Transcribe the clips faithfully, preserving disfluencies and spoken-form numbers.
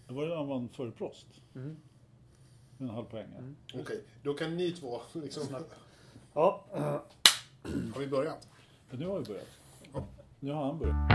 Det var det han vann för Prost. Mm. En halv poäng. Mm. Okej, okay. Då kan ni två liksom... Ja. Har vi börjat? Ja, nu har vi börjat. Ja. Nu har han börjat.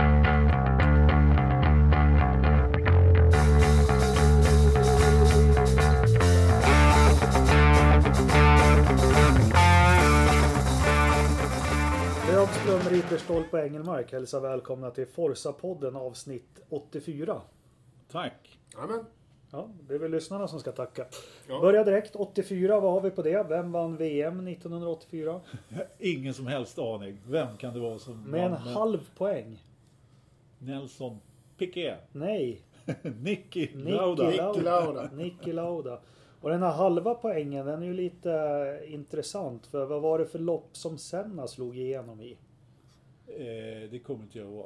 Löfström, Ridderstolpe och Engelmark hälsar välkomna till Forza-podden avsnitt åttiofyra. Tack. Amen. Ja, det är väl lyssnarna som ska tacka. Ja. Börja direkt, åttiofyra, vad har vi på det? Vem vann V M nittonhundraåttiofyra? Ingen som helst aning. Vem kan det vara som Med en vann? halv poäng. Nelson Piquet. Nej. Niki Niki Lauda. Niki Lauda. Niki Lauda. Och den här halva poängen, den är ju lite intressant. För vad var det för lopp som Senna slog igenom i? Eh, det kommer inte jag ihåg.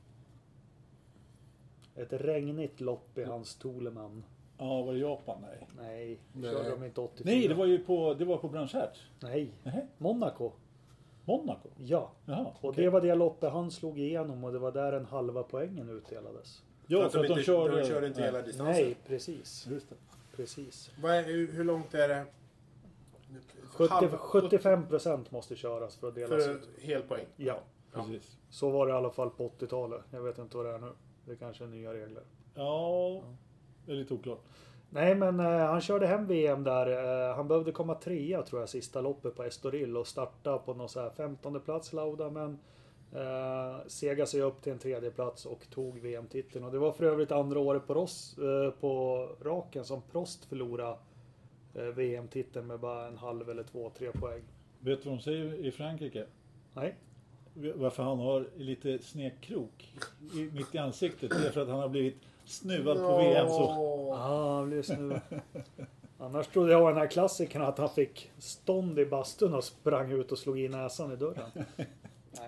Ett regnigt lopp i hans Toleman. Ja, var det Japan? Nej. Nej, Nej. körde de inte åttiofyra? Nej, det var ju på, det var på Blanchard. Nej, Nej. Monaco. Monaco. Ja, Jaha, och okej. det var det loppet han slog igenom och det var där en halva poängen utdelades. Ja, för att de inte, körde... de körde inte hela Nej, distansen. Nej, precis. just det. precis. Vad är, hur, hur långt är det? sjuttio, Halv- sjuttiofem procent måste köras för att delas För ut. hel poäng. Ja, Precis. så var det i alla fall på åttiotalet. Jag vet inte vad det är nu. Det kanske är nya regler. Ja, det är lite oklart. Nej, men eh, han körde hem V M där. Eh, han behövde komma trea tror jag sista loppet på Estoril och starta på någon så här femtonde plats Lauda, men eh, segade sig upp till en tredje plats och tog V M-titeln. Och det var för övrigt andra året på, Ross, eh, på raken som Prost förlorade eh, V M-titeln med bara en halv eller två, tre poäng. Vet du vad de säger i Frankrike? Nej. Varför han har lite snedkrok i, mitt i ansiktet? Det är för att han har blivit snuvad på V M. Så... Ah, han blev snuvad. Annars trodde jag i den här klassikern att han fick stånd i bastun och sprang ut och slog i näsan i dörren. Nej.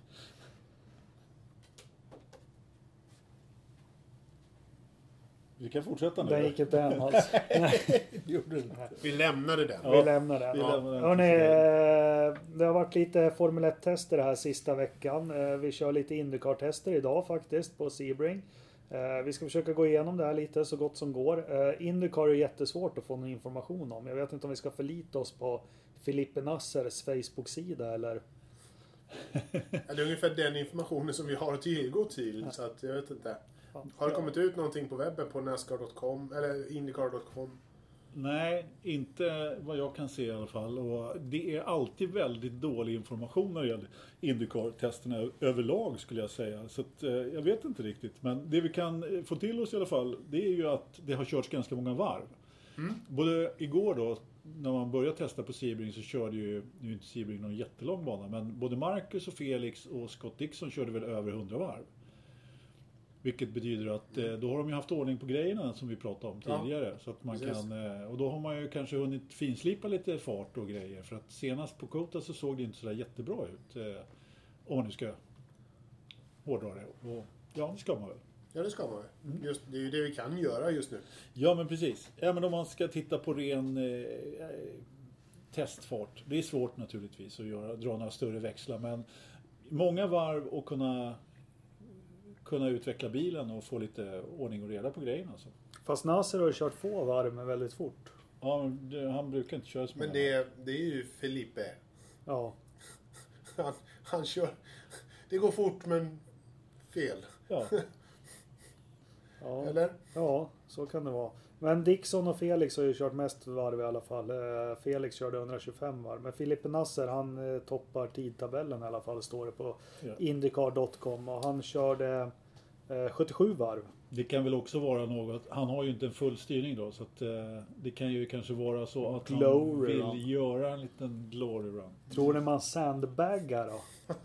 Vi kan fortsätta nu. Den gick inte hem alls. Gjorde det. Vi lämnade den. Ja. Vi lämnar den. vi Ja. lämnar den Hörrni, till eh, det har varit lite Formel ett-tester här sista veckan. Eh, Vi kör lite Indycar-tester idag faktiskt på Sebring. Eh, Vi ska försöka gå igenom det här lite så gott som går. Eh, Indycar är jättesvårt att få någon information om. Jag vet inte om vi ska förlita oss på Filippe Nassers Facebook-sida eller... Ja, det är ungefär den informationen som vi har att tillgå till. Så att jag vet inte. Ja. Har det kommit ut någonting på webben på nascar punkt com eller indycar punkt com? Nej, inte vad jag kan se i alla fall. Och det är alltid väldigt dålig information när det gäller Indycar-testerna överlag skulle jag säga. Så att, eh, jag vet inte riktigt. Men det vi kan få till oss i alla fall, det är ju att det har körts ganska många varv. Mm. Både igår då, när man började testa på Sebring så körde ju, nu är inte Sebring någon jättelång bana, men både Marcus och Felix och Scott Dixon körde väl över hundra varv. Vilket betyder att eh, då har de ju haft ordning på grejerna som vi pratade om tidigare. Ja, så att man precis. kan, eh, och då har man ju kanske hunnit finslipa lite fart och grejer. För att senast på Kota så såg det inte så där jättebra ut. Eh, om man nu ska hårdra det. Och, ja, det ska man väl. Ja, det ska man väl. Just, det är ju det vi kan göra just nu. Ja, men precis. Ja, men om man ska titta på ren eh, testfart. Det är svårt naturligtvis att göra, dra några större växlar. Men många varv och kunna... kunna utveckla bilen och få lite ordning och reda på grejerna. Alltså. Fast Nasser har ju kört få varv men väldigt fort. Ja, men det, han brukar inte köra så Men många. det, det är ju Felipe. Ja. Han, han kör... Det går fort men fel. Ja, Ja. Eller? Ja, så kan det vara. Men Dixon och Felix har ju kört mest varv i alla fall. Eh, Felix körde hundratjugofem varv. Men Filippe Nasser, han eh, toppar tidtabellen i alla fall, står det på Ja. indycar punkt com. Och han körde eh, sjuttiosju varv. det kan väl också vara något. Han har ju inte en full styrning då. Så att, eh, det kan ju kanske vara så att han Glory vill run. göra en liten glory run. Tror ni man sandbaggar då?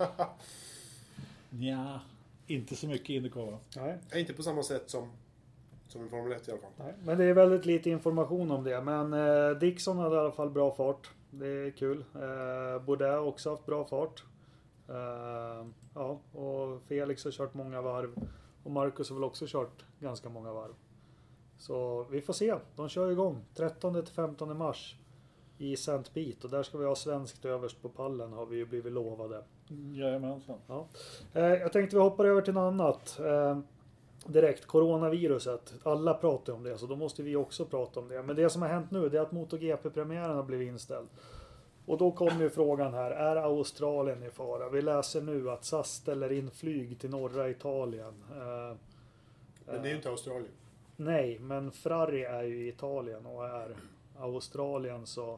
Ja, inte så mycket Indycar va? Nej. Ja, inte på samma sätt som, som en Formel ett i alla fall. Nej. Men det är väldigt lite information om det. Men eh, Dixon hade i alla fall bra fart. Det är kul. Eh, Baudet har också haft bra fart. Eh, ja, och Felix har kört många varv. Och Marcus har väl också kört ganska många varv. Så vi får se. De kör igång trettonde till femtonde mars i Saint Pete. Och där ska vi ha svenskt överst på pallen, har vi ju blivit lovade. Jajamensan. Ja. Eh, jag tänkte vi hoppar över till något annat. Eh, direkt, coronaviruset. Alla pratar om det, så då måste vi också prata om det. Men det som har hänt nu, det är att MotoGP-premiären har blivit inställd. Och då kommer ju frågan här, är Australien i fara? Vi läser nu att S A S ställer in flyg till norra Italien. Uh, Men det är ju inte Australien. Nej, men Ferrari är ju i Italien och är Australien så...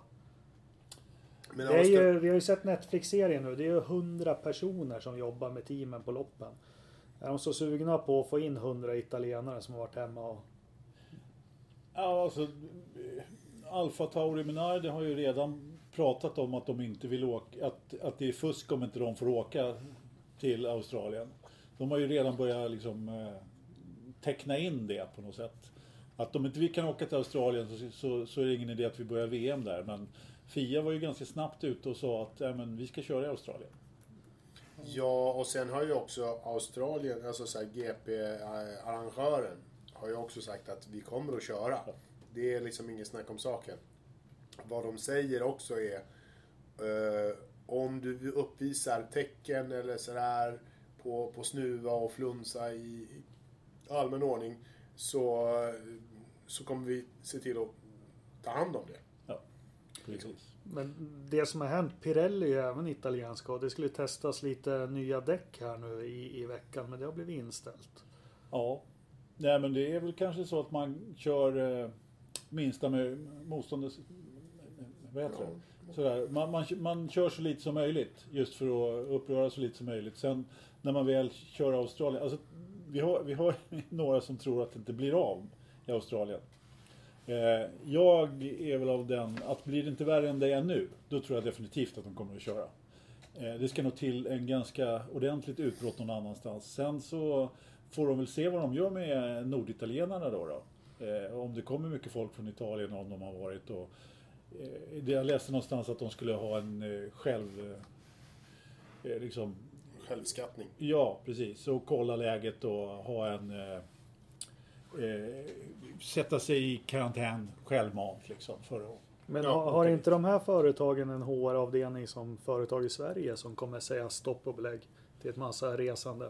Men det är Austral- ju, vi har ju sett Netflix-serien nu. Det är ju hundra personer som jobbar med teamen på loppen. Är de så sugna på att få in hundra italienare som har varit hemma och... Ja, alltså Alfa Tauri Minardi har ju redan pratat om att de inte vill åka, att, att det är fusk om inte de får åka till Australien. De har ju redan börjat liksom eh, teckna in det på något sätt. Att om inte vi kan åka till Australien så, så, så är det ingen idé att vi börjar V M där. Men F I A var ju ganska snabbt ute och sa att ja, men vi ska köra i Australien. Ja, och sen har ju också Australien, alltså så här G P-arrangören, har ju också sagt att vi kommer att köra. Det är liksom ingen snack om saken. Vad de säger också är eh, om du uppvisar tecken eller sådär på, på snuva och flunsa i allmän ordning så, så kommer vi se till att ta hand om det. Ja, precis. Men det som har hänt, Pirelli är även italienska och det skulle testas lite nya däck här nu i, i veckan, men det har blivit inställt. Ja, nej men det är väl kanske så att man kör eh, minsta med motståndet, vad heter det? Sådär. Man, man, man kör så lite som möjligt just för att uppröra så lite som möjligt. Sen när man väl kör Australien, alltså vi har, vi har några som tror att det inte blir av i Australien. Eh, jag är väl av den, att blir det inte värre än det är nu, då tror jag definitivt att de kommer att köra. Eh, det ska nog till en ganska ordentligt utbrott någon annanstans. Sen så får de väl se vad de gör med norditalienarna då. då. Eh, om det kommer mycket folk från Italien, om de har varit. Och, eh, det jag läste någonstans att de skulle ha en eh, själv... Eh, liksom, Självskattning. ja, precis. Och kolla läget och ha en... Eh, eh, sätta sig i karantän självmant liksom för att... Men Ja, har, har okej. inte de här företagen en H R-avdelning som företag i Sverige som kommer säga stopp och belägg till ett massa resande?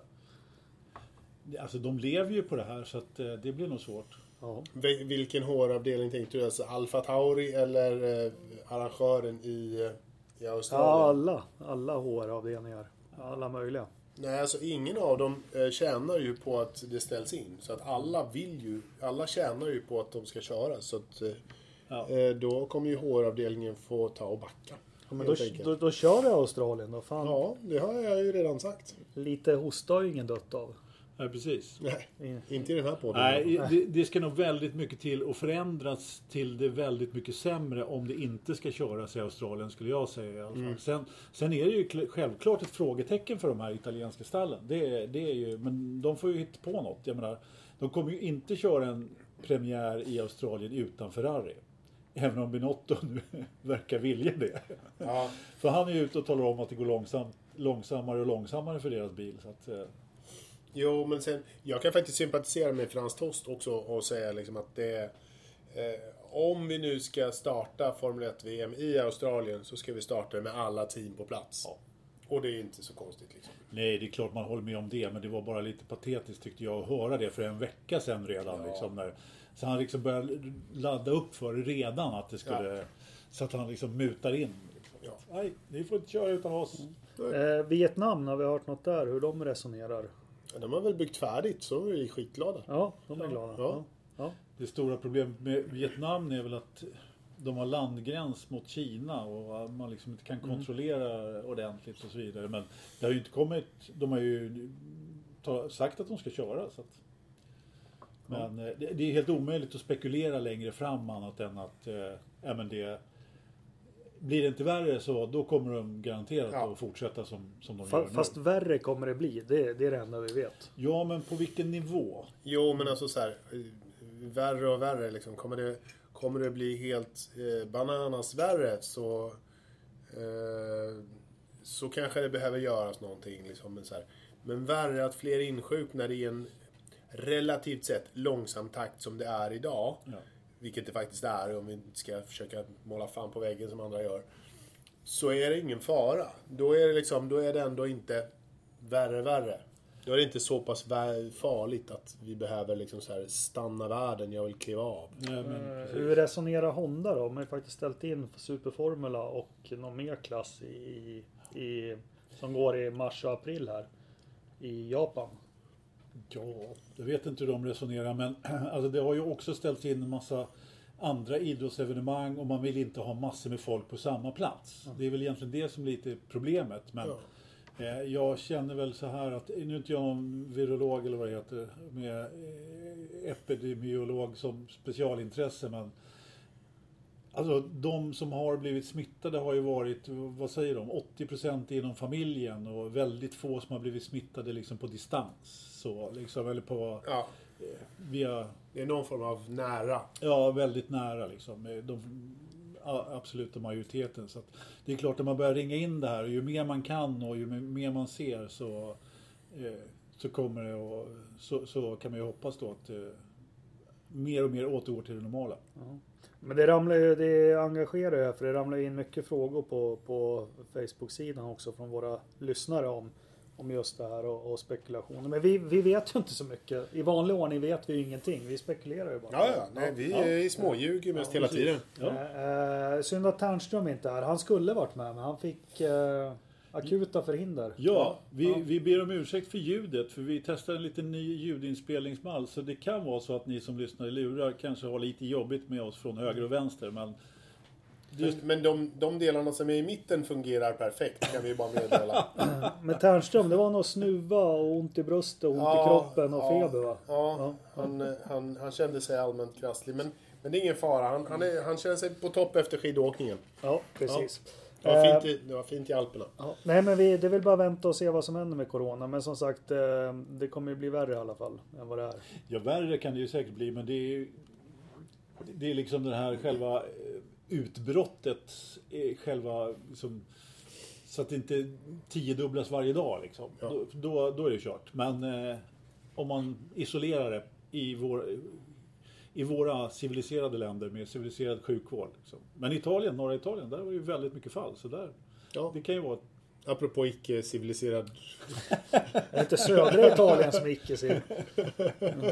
Alltså de lever ju på det här så att eh, det blir nog svårt. Ja. Vil- Vilken H R-avdelning tänkte du? Alltså Alfa Tauri eller eh, arrangören i, i Ja, Australien? alla. Alla H R-avdelningar. Alla möjliga. Nej, alltså ingen av dem eh, tjänar ju på att det ställs in. Så att alla vill ju, alla tjänar ju på att de ska köra. Så att eh, Ja. eh, då kommer ju H R-avdelningen få ta och backa. Ja, men då, helt enkelt. då, då kör vi Australien då. Fan, Ja, det har jag ju redan sagt. lite hosta har ju ingen dött av. Ja, precis. Nej, I- inte i den här podden. Nej, det, det ska nog väldigt mycket till att förändras till det väldigt mycket sämre om det inte ska köras i Australien skulle jag säga i alla fall. Mm. Sen, sen är det ju kl- självklart ett frågetecken för de här italienska stallen. Det, är- det är ju, men de får ju hitta på något. Jag menar, de kommer ju inte köra en premiär i Australien utan Ferrari. Även om Binotto nu verkar vilja det. Ja, För han är ju ute och talar om att det går långsamt, långsammare och långsammare för deras bil. Så att, eh, jo, men sen, jag kan faktiskt sympatisera med Frans Tost också och säga liksom att det eh, om vi nu ska starta Formel ett-V M i Australien så ska vi starta med alla team på plats. Ja. Och det är inte så konstigt liksom. Nej, det är klart man håller med om det, men det var bara lite patetiskt tyckte jag att höra det för en vecka sedan redan. Ja. Liksom, när, så han liksom började ladda upp för det redan att det skulle... Så att han liksom mutar in. Liksom. Ja. Nej, ni får inte köra utan oss. Eh, Vietnam, har vi hört något där? Hur de resonerar? Ja, de har väl byggt färdigt så är vi skitglada. Ja, de är glada. Ja. Ja. Ja. Det stora problemet med Vietnam är väl att de har landgräns mot Kina och man liksom inte kan kontrollera ordentligt och så vidare. Men det har ju inte kommit... De har ju ta, sagt att de ska köra. Så att, men eh, det, det är helt omöjligt att spekulera längre fram annat än att eh, ja, men det, blir det inte värre så då kommer de garanterat Ja. att fortsätta som, som de Fa- gör Fast nu. värre kommer det bli. Det, det är det enda vi vet. Ja, men på vilken nivå? Jo, men alltså så här, eh, värre och värre liksom. Kommer det, kommer det bli helt eh, bananas värre så eh, så kanske det behöver göras någonting liksom. Men, så här, men värre att fler insjuknar i en relativt sett långsam takt som det är idag. Ja. Vilket det faktiskt är om vi inte ska försöka måla fan på väggen som andra gör. Så är det ingen fara. Då är det liksom, då är det ändå inte värre värre. Då är det inte så pass farligt att vi behöver liksom så här stanna världen, jag vill kliva av. Nej, men, Uh, hur resonerar Honda då? De har ju faktiskt ställt in Superformula och någon mer klass i, i, som går i mars och april här i Japan. Ja, jag vet inte hur de resonerar, men alltså det har ju också ställts in en massa andra idrottsevenemang och man vill inte ha massor med folk på samma plats. Mm. Det är väl egentligen det som är lite problemet. Men ja. eh, jag känner väl så här att, nu är inte jag någon virolog eller vad det heter, med eh, epidemiolog som specialintresse, men alltså de som har blivit smittade har ju varit, vad säger de, åttio procent inom familjen och väldigt få som har blivit smittade liksom på distans. Så liksom, eller på, ja. eh, via... Det är någon form av nära. Ja, väldigt nära liksom. De absoluta majoriteten. Så att det är klart att man börjar ringa in det här, och ju mer man kan och ju mer man ser så, eh, så kommer det och så, så kan man ju hoppas då att eh, mer och mer återgår till det normala. Ja. Men det ramlar ju, det engagerar ju, för det ramlar in mycket frågor på, på Facebook-sidan också från våra lyssnare om, om just det här och, och spekulationer. Men vi, vi vet ju inte så mycket. I vanlig ordning vet vi ju ingenting. Vi spekulerar ju bara. Ja, ja. Nej, vi ja. är småljuger mest ja, hela precis. tiden. Ja. Eh, synd att Ternström inte är. Han skulle varit med, men han fick eh, akuta förhinder. Ja, vi, ja. vi ber om ursäkt för ljudet, för vi testar en liten ny ljudinspelningsmall, så det kan vara så att ni som lyssnar i lurar kanske har lite jobbigt med oss från höger och vänster, men Just... Men de, de delarna som är i mitten fungerar perfekt, kan vi bara meddela. Men Ternström, det var nog snuva och ont i bröstet och ont ja, i kroppen och ja, feber, va? Ja, ja. Han, han, han kände sig allmänt krasslig. Men, men det är ingen fara. Han, han, är, han känner sig på topp efter skidåkningen. Ja, precis. Ja. Det, var fint i, det var fint i Alperna. Ja. Nej, men vi, det vill bara vänta och se vad som händer med corona. Men som sagt, det kommer ju bli värre i alla fall än vad det är. Ja, värre kan det ju säkert bli, men det är ju, det är liksom det här själva utbrottet, själva liksom, så att det inte tiodubblas varje dag liksom. Ja. Då, då, då är det kört. Men eh, om man isolerar det i, vår, i våra civiliserade länder med civiliserad sjukvård. Liksom. Men Italien, norra Italien, där var ju väldigt mycket fall. Så där, ja. Det kan ju vara... Apropå icke-civiliserad... Det är inte södra Italien som är icke-civiliserad. Mm.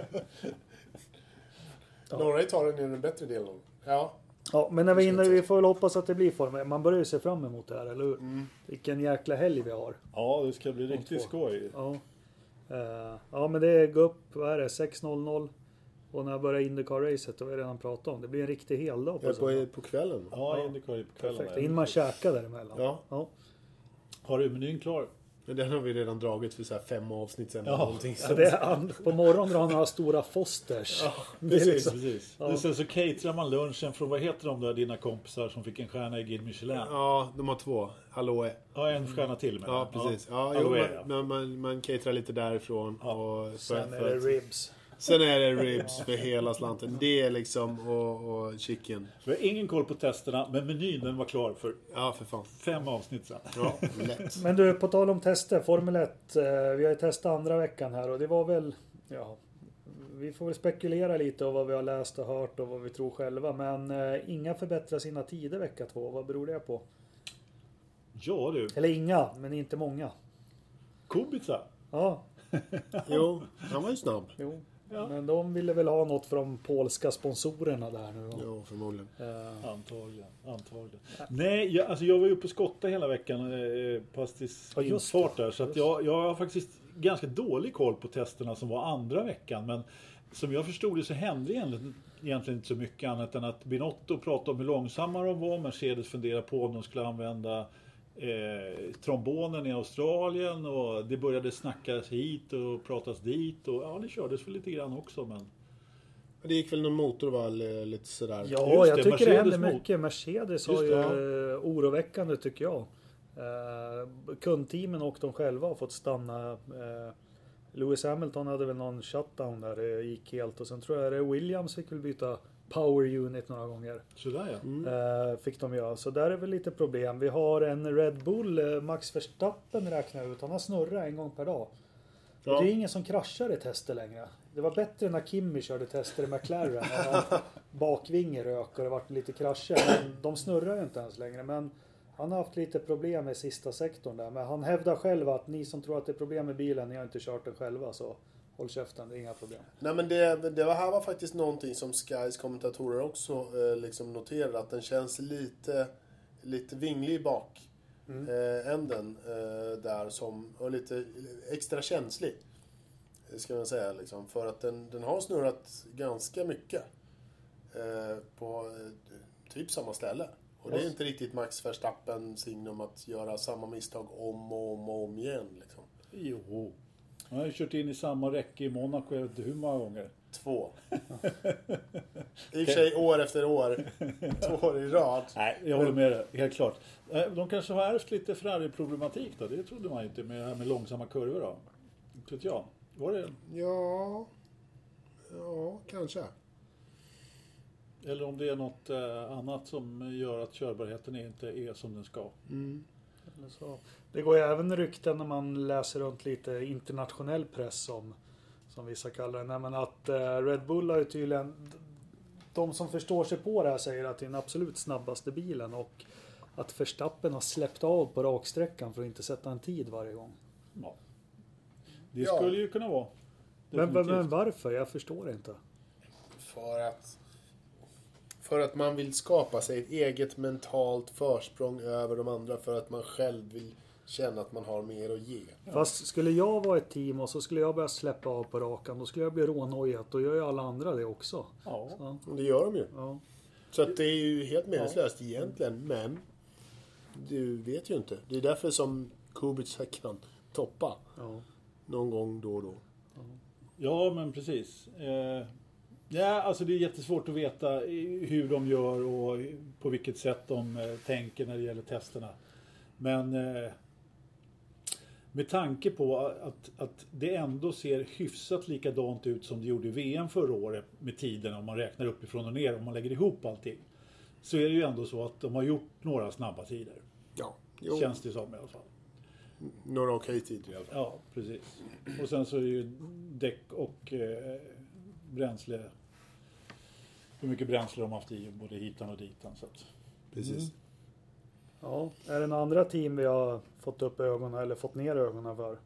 Ja. Norra Italien är den bättre delen. Ja. Ja, men när vi är inne, vi får väl hoppas att det blir form. Man börjar ju se fram emot det här, eller hur? Mm. Vilken jäkla helg vi har. Ja, det ska bli riktigt skoj. Ja. Uh, ja, men det går upp, vad är det, sex noll noll. Och när jag börjar Indycar-racet, då har vi redan pratat om. Det blir en riktig heldag på, ja, på, på kvällen. Ja, ja. Indycar på kvällen. Perfekt, in man käkar däremellan. Ja. Ja. Har du menyn klar? Men den har vi redan dragit för så här fem avsnitt sen. Ja. Ja, det är, på morgonen drar han några stora Fosters. Ja, precis. Liksom, precis. Ja. Sen så caterar man lunchen från, vad heter de där, dina kompisar som fick en stjärna i Guide Michelin? Ja, de har två. Hallå. Ja, en stjärna till med. Ja, precis. Ja, ja, jo, man, man, man, man caterar lite därifrån. Ja. Och för, sen är för det att, ribs. Sen är det ribs för hela slanten. Det är liksom, och, och chicken. Vi har ingen koll på testerna, men menyn den var klar för, ja, för fan. fem avsnitt sedan. Ja, lätt. Men du, på tal om tester, Formel ett. Vi har ju testat andra veckan här och det var väl, ja, vi får väl spekulera lite om vad vi har läst och hört och vad vi tror själva. Men eh, inga förbättrar sina tider vecka två. Vad beror det på? Ja du. Eller inga, men inte många. Kubica. Ja. Jo, han var ju snabb. Jo. Ja. Men de ville väl ha något från polska sponsorerna där nu då. Jo, förmodligen. Uh. Antagligen, antagligen. Ja. Nej, jag, alltså jag var ju uppe och skotta hela veckan eh, på Astis ja, infart där. Så att jag, jag har faktiskt ganska dålig koll på testerna som var andra veckan. Men som jag förstod det så hände egentligen, egentligen inte så mycket annat än att Binotto pratade om hur långsamma de var. Mercedes funderade på om de skulle använda Eh, trombonen i Australien och det började snackas hit och pratas dit och ja, det kördes väl lite grann också, men det gick väl någon motor var lite sådär. Ja, jag det, tycker Mercedes det händer mycket. Mercedes har ju ja. oroväckande tycker jag. Eh, kundteamen och de själva har fått stanna. Eh, Lewis Hamilton hade väl någon shutdown där det gick helt och sen tror jag det Williams fick väl byta power unit några gånger. Sådär ja. Mm. Uh, fick de göra. Så där är väl lite problem. Vi har en Red Bull, uh, Max Verstappen räknar ut. Han har snurrat en gång per dag. Ja. Det är ingen som kraschar i tester längre. Det var bättre när Kimi körde tester i McLaren. Bakvinger rök och det var lite krascher. Men de snurrar ju inte ens längre. Men han har haft lite problem med sista sektorn där. Men han hävdar själv att ni som tror att det är problem med bilen, ni har inte kört den själva, så håll käften, det är inga problem. Nej, men det, det här var faktiskt någonting som Skys kommentatorer också eh, liksom noterade, att den känns lite, lite vinglig bak. Mm. Eh, änden eh, där som, och lite extra känslig, ska man säga, liksom, för att den, den har snurrat ganska mycket eh, på eh, typ samma ställe. Och det är inte riktigt Max Verstappen signum att göra samma misstag om och om och om igen. Liksom. Jo. Han har ju kört in i samma räcke i Monaco, jag vet inte hur många gånger. Två. I och för sig år efter år. Två år i rad. Nej, jag håller med dig, helt klart. De kanske har ärvt lite Ferrari-problematik då. Det trodde man ju inte med det här med långsamma kurvor då. Inte vet jag. Var det? Ja. Ja, kanske. Eller om det är något eh, annat som gör att körbarheten inte är som den ska. Mm. Eller så. Det går ju även rykten när man läser runt lite internationell press som, som vissa kallar det. Nej, men att eh, Red Bull har ju tydligen, de som förstår sig på det här säger att det är den absolut snabbaste bilen och att Verstappen har släppt av på raksträckan för att inte sätta en tid varje gång. Ja. Det Ja. skulle ju kunna vara. Men, men, men varför? Jag förstår inte. För att För att man vill skapa sig ett eget mentalt försprång över de andra, för att man själv vill känna att man har mer att ge. Ja. Fast skulle jag vara ett team och så skulle jag börja släppa av på rakan, då skulle jag bli rånojat. Då gör ju alla andra det också. Ja. Så. Det gör de ju. Ja. Så att det är ju helt meningslöst ja. egentligen, men du vet ju inte. Det är därför som Kubica kan toppa Ja. någon gång då och då. Ja, Ja, men precis. Eh, ja, alltså det är jättesvårt att veta hur de gör och på vilket sätt de eh, tänker när det gäller testerna. Men eh, med tanke på att, att det ändå ser hyfsat likadant ut som det gjorde i V M förra året med tiden, om man räknar uppifrån och ner, om man lägger ihop allting, så är det ju ändå så att de har gjort några snabba tider. Ja, jo. Känns det som i alla fall. Några okej tider i alla fall. Ja, precis. Och sen så är det ju däck och eh, bränsle. Hur mycket bränsle de har haft i både hitan och ditan. Så att. Precis. Mm. Ja, är det några andra team vi har fått upp ögonen eller fått ner ögonen för?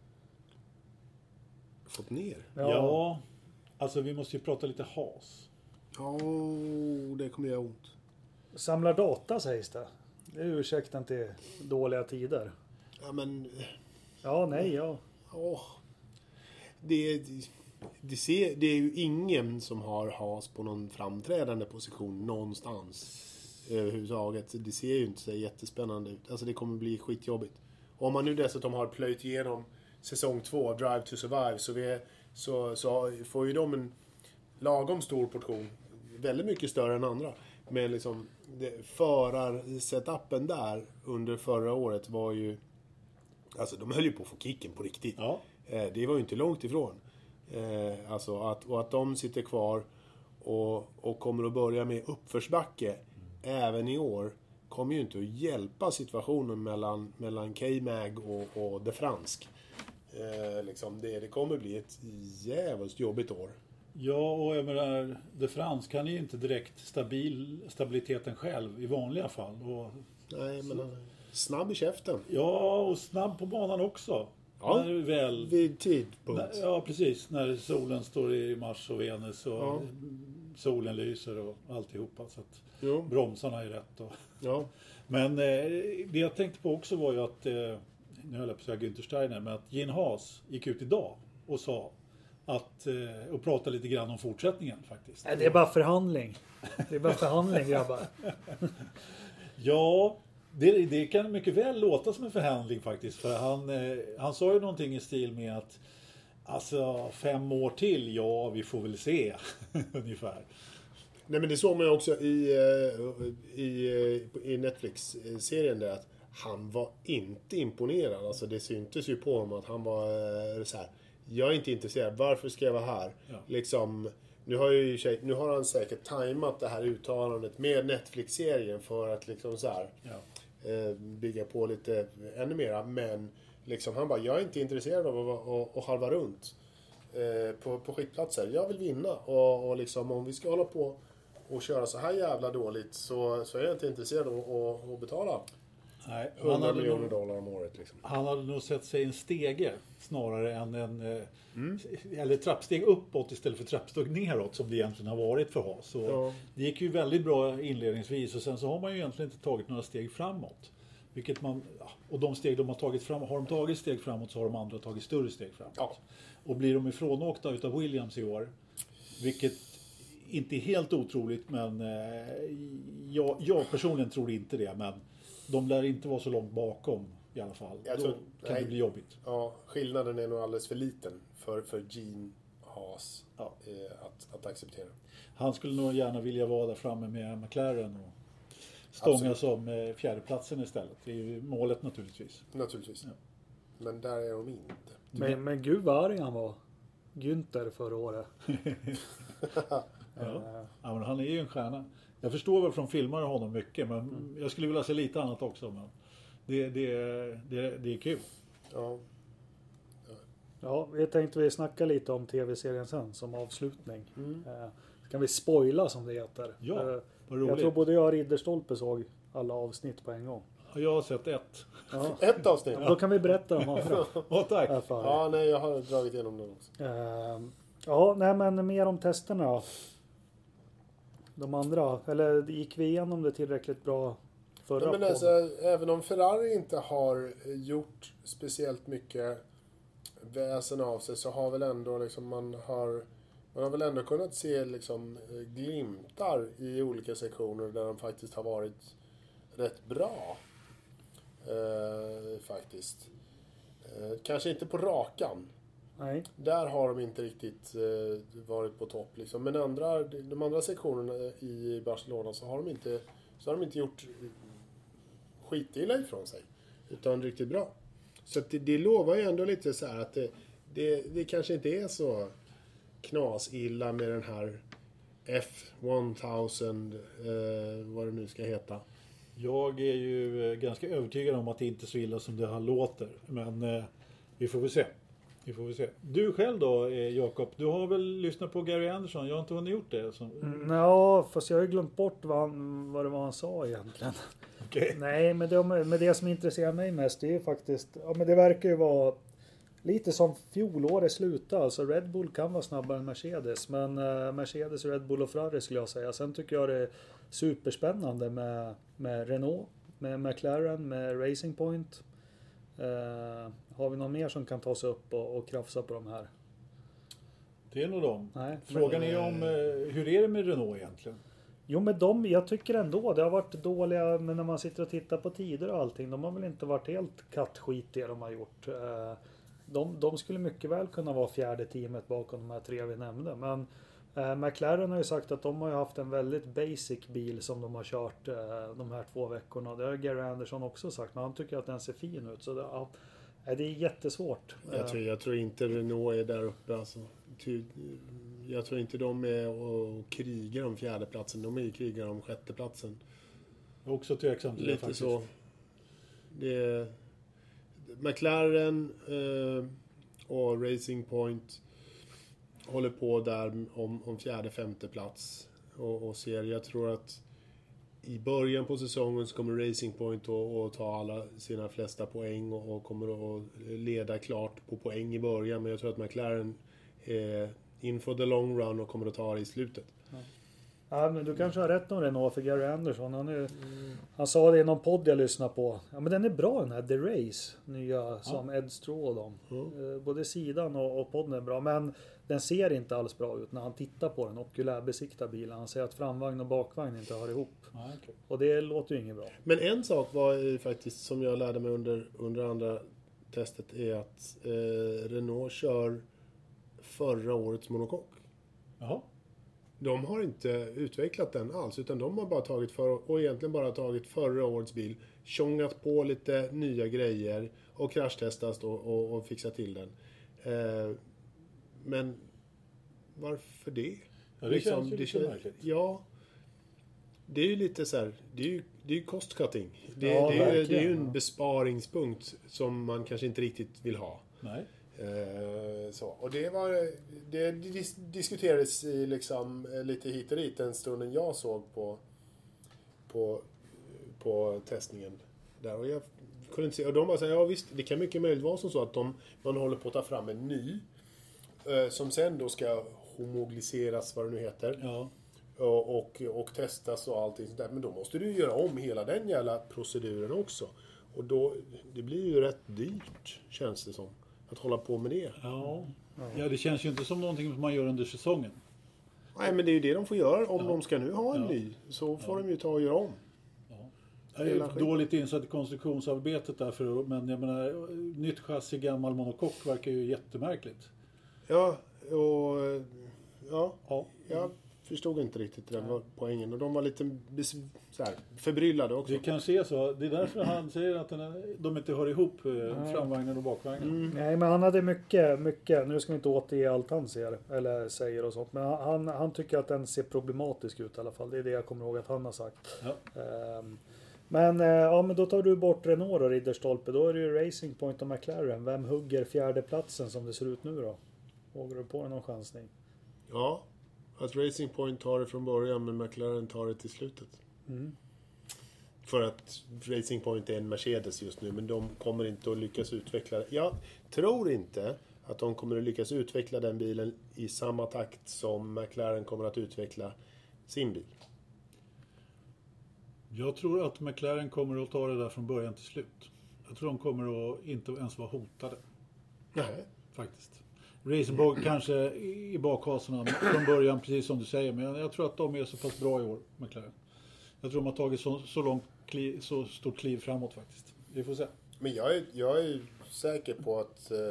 Fått ner? Ja. ja, alltså vi måste ju prata lite has. Ja, oh, det kommer göra ont. Samlar data sägs det. Det är ursäkten till dåliga tider. Ja, men... Ja, nej, ja. Åh. Det, det, ser, det är ju ingen som har has på någon framträdande position någonstans överhuvudtaget. Det ser ju inte så jättespännande ut. Alltså det kommer bli skitjobbigt. Om man nu dessutom har plöjt igenom säsong två, Drive to Survive, så, vi, så, så får ju de en lagom stor portion. Väldigt mycket större än andra. Men liksom förarsetupen där under förra året var ju... Alltså de höll ju på att få kicken på riktigt. Ja. Eh, det var ju inte långt ifrån. Eh, alltså att, och att de sitter kvar och, och kommer att börja med uppförsbacke mm. även i år kommer ju inte att hjälpa situationen mellan, mellan K-Mag och, och The Fransk. Eh, liksom det, det kommer bli ett jävligt jobbigt år. Ja, och jag menar, The Fransk kan ju inte direkt stabil, stabiliteten själv i vanliga fall. Och, Nej, men så, snabb i käften. Ja, och snabb på banan också. Ja, när väl, vid tidpunkt. När, ja, precis. När solen står i Mars och Venus och ja. solen lyser och alltihopa. Så att jo. bromsarna är rätt. Och. Ja. Men eh, det jag tänkte på också var ju att, eh, nu höll jag på att säga Günther Steiner, men att Gene Haas gick ut idag och sa att, eh, och prata lite grann om fortsättningen faktiskt. Nej, det är bara förhandling. Det är bara förhandling, grabbar. Ja, det, det kan mycket väl låta som en förhandling faktiskt. För han, eh, han sa ju någonting i stil med att alltså fem år till, ja vi får väl se ungefär. Nej, men det såg man ju också i, i, i Netflix-serien där att han var inte imponerad. Alltså det syntes ju på honom att han var så här: jag är inte intresserad, varför ska jag vara här? Ja. Liksom, nu har, ju, nu har han säkert tajmat det här uttalandet med Netflix-serien för att liksom så här, ja. eh, bygga på lite ännu mera. Men liksom, han bara, jag är inte intresserad av att, att, att halva runt eh, på, på skitplatser. Jag vill vinna. Och, och liksom, om vi ska hålla på och köra så här jävla dåligt så, så är jag inte intresserad av att, att betala Nej, han hundra hade, miljoner nog, dollar om året liksom. han hade nog sett sig en stege snarare än en eh, Mm. eller trappsteg uppåt istället för trappsteg neråt som det egentligen har varit för Haas. Så Ja. det gick ju väldigt bra inledningsvis och sen så har man ju egentligen inte tagit några steg framåt. Vilket man, ja, och de steg de har tagit framåt, har de tagit steg framåt så har de andra tagit större steg framåt. Ja. Och blir de ifrånåkta utav Williams i år, vilket inte är helt otroligt, men eh, jag, jag personligen tror inte det, men de lär inte vara så långt bakom i alla fall. Jag Då tror- kan nej. det bli jobbigt. Ja, skillnaden är nog alldeles för liten för, för Gene Haas Ja. eh, att, att acceptera. Han skulle nog gärna vilja vara där framme med McLaren och stånga Absolut. som eh, fjärdeplatsen istället. Det är ju målet naturligtvis. Naturligtvis. Ja. Men där är de inte. Men, men gud vad arg han var. Günther förra året. Ja. Eh, Ja, men han är ju en stjärna. Jag förstår väl från filmer honom mycket, men jag skulle vilja se lite annat också. Men det, det, det, det är kul. Ja. Ja, vi tänkte vi snacka lite om tv-serien sen som avslutning. Mm. Eh, kan vi spoila som det heter. Ja, Eh, vad jag roligt. tror både jag och Ridderstolpe såg alla avsnitt på en gång. Jag har sett ett. Ja. Ett avsnitt. Då kan vi berätta om andra. Åh, tack. erfarenheter. Ja, nej, jag har dragit igenom den också. Eh, ja, nej men mer om testerna då. De andra, eller gick vi igenom det tillräckligt bra förra Ja, men podden? alltså, även om Ferrari inte har gjort speciellt mycket väsen av sig så har väl ändå liksom man har man har väl ändå kunnat se liksom glimtar i olika sektioner där de faktiskt har varit rätt bra. Eh, faktiskt. Eh, kanske inte på rakan. Nej. Där har de inte riktigt eh, varit på topp liksom. Men andra, de andra sektionerna i Barcelona så har de inte, så har de inte gjort skitilla ifrån sig. Utan riktigt bra. Så att det, det lovar ju ändå lite så här att det, det, det kanske inte är så knasilla med den här F tusen, eh, vad det nu ska heta. Jag är ju eh, ganska övertygad om att det inte är så illa som det här låter. Men eh, vi får väl se. Vi får väl se. Du själv då, eh, Jakob, du har väl lyssnat på Gary Anderson? Jag har inte hunnit gjort det. Så... Mm, ja, fast jag har ju glömt bort vad, han, vad det var han sa egentligen. Okej. Nej, men det, men det som intresserar mig mest det är ju faktiskt, ja men det verkar ju vara lite som fjolåret slutade. Alltså Red Bull kan vara snabbare än Mercedes, men uh, Mercedes, Red Bull och Ferrari skulle jag säga. Sen tycker jag det är superspännande med, med Renault, med McLaren, med Racing Point. Uh, har vi någon mer som kan ta sig upp och, och krafsa på de här? Det är nog de. Nej. Frågan är om, eh, hur är det med Renault egentligen? Jo men de, jag tycker ändå, det har varit dåliga, men när man sitter och tittar på tider och allting, de har väl inte varit helt kattskit det de har gjort. Eh, De, de skulle mycket väl kunna vara fjärde teamet bakom de här tre vi nämnde, men eh, McLaren har ju sagt att de har ju haft en väldigt basic bil som de har kört eh, de här två veckorna. Det har Gary Anderson också sagt, men han tycker att den ser fin ut. Så det, ja, det är jättesvårt. Jag tror, jag tror inte Renault är där uppe alltså. Ty, jag tror inte de är och krigar om fjärdeplatsen. De är ju krigar om sjätteplatsen. Jag är också tveksam till det Lite faktiskt. så. Det är McLaren eh, och Racing Point håller på där om, om fjärde, femte plats och, och ser. Jag tror att i början på säsongen så kommer Racing Point att ta alla sina flesta poäng och, och kommer att leda klart på poäng i början. Men jag tror att McLaren är in for the long run och kommer att ta det i slutet. Ja, men du kanske har rätt om Renault för Gary Anderson. Han, är, han sa det i någon podd jag lyssnade på. Ja, men den är bra den här The Race. Nya som Ed Straw och dem. Mm. Eh, Både sidan och, och podden är bra. Men den ser inte alls bra ut när han tittar på den okulärbesiktar bilen. Han säger att framvagn och bakvagn inte hör ihop. Ja, okej. Och det låter ju inget bra. Men en sak var ju faktiskt som jag lärde mig under, under andra testet är att eh, Renault kör förra årets monokock. Jaha. De har inte utvecklat den alls utan de har bara tagit för, och egentligen bara tagit förra årets bil, tjongat på lite nya grejer och kraschtestat och, och, och fixat till den. Eh, men varför det? Ja, det känns ju lite känns- märkligt. Ja. Det är ju lite så här, det är ju, det är ju cost cutting. Det, Ja, det, är, ju- det är ju verkligen. en besparingspunkt som man kanske inte riktigt vill ha. Nej. Eh, så. Och det var det dis- diskuterades i liksom eh, lite hit och dit den stunden jag såg på på, på testningen där. Och jag kunde inte se, och de bara säger, ja visst, det kan mycket möjligt vara som så att de, man håller på att ta fram en ny eh, som sen då ska homogeniseras, vad det nu heter. Ja. Och, och, och testas och allting sånt där. Men då måste du ju göra om hela den jävla proceduren också. Och då, det blir ju rätt dyrt, känns det som. Att hålla på med det. Ja. Ja, det känns ju inte som någonting som man gör under säsongen. Nej, men det är ju det de får göra. Om Ja. de ska nu ha en Ja. ny, så får Ja. de ju ta och göra om. Jag är dåligt insatt i konstruktionsarbetet därför, men jag menar, nytt chassi, gammal monokock verkar ju jättemärkligt. Ja, och ja, Ja. jag förstod inte riktigt den var poängen. Och de var lite bes- så här, förbryllade också. Det kanske är så. Det är därför han säger att den är, de inte hör ihop, eh, framvagnen och bakvagnen. Mm. Nej, men han hade mycket, mycket, nu ska vi inte återge allt han ser, eller säger och sånt, men han, han tycker att den ser problematisk ut i alla fall. Det är det jag kommer ihåg att han har sagt. Ja. Ehm, men, eh, ja, men då tar du bort Renault och Ridderstolpe, då är det ju Racing Point och McLaren. Vem hugger fjärdeplatsen som det ser ut nu då? Vågar du på någon chansning? Ja, att Racing Point tar det från början, men McLaren tar det till slutet. Mm. För att Racing Point är en Mercedes just nu, men de kommer inte att lyckas utveckla det. Jag tror inte att de kommer att lyckas utveckla den bilen i samma takt som McLaren kommer att utveckla sin bil. Jag tror att McLaren kommer att ta det där från början till slut. Jag tror de kommer att inte ens vara hotade. Nej. Faktiskt. Racingborg kanske i bakhasorna från början, precis som du säger. Men jag tror att de är så pass bra i år, McLaren. Jag tror de har tagit så, så, långt kliv, så stort kliv framåt faktiskt. Vi får se. Men jag är, jag är säker på att eh,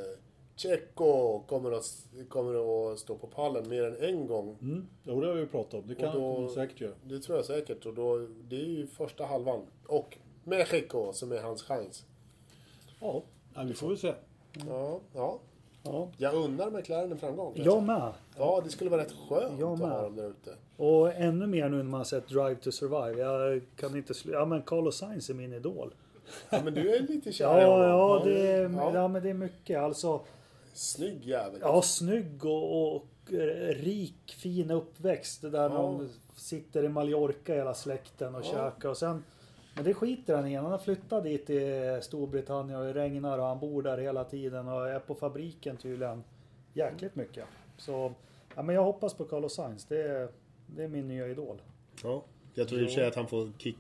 Checo kommer att, kommer att stå på pallen mer än en gång. Mm. Jo, det har vi ju pratat om. Det kan Och då- de säkert göra. Det tror jag säkert. Och då, det är ju första halvan. Och Mexico som är hans chans. Ja, ja, vi får väl se. Ja, ja. Ja, Jag undrar McLaren en framgång. jag med. Ja, det skulle vara rätt skönt Jag att med. ha dem där ute. Och ännu mer nu när man har sett Drive to Survive. Jag kan inte slu- Ja, men Carlos Sainz är min idol. Ja, men du är lite kär Ja, i honom. ja, det är, Ja. ja, men det är mycket. Alltså, Snygg jävel. ja, snygg och, och eh, rik, fin uppväxt. Det där Ja. de sitter i Mallorca hela släkten och Ja. käkar. Och sen, men det skiter han i. Han har flyttat dit till Storbritannien och det regnar och han bor där hela tiden och är på fabriken tydligen jäkligt mycket. Så ja, men jag hoppas på Carlos Sainz. Det är, det är min nya idol. Ja. Jag tror i och för sig att han får kick,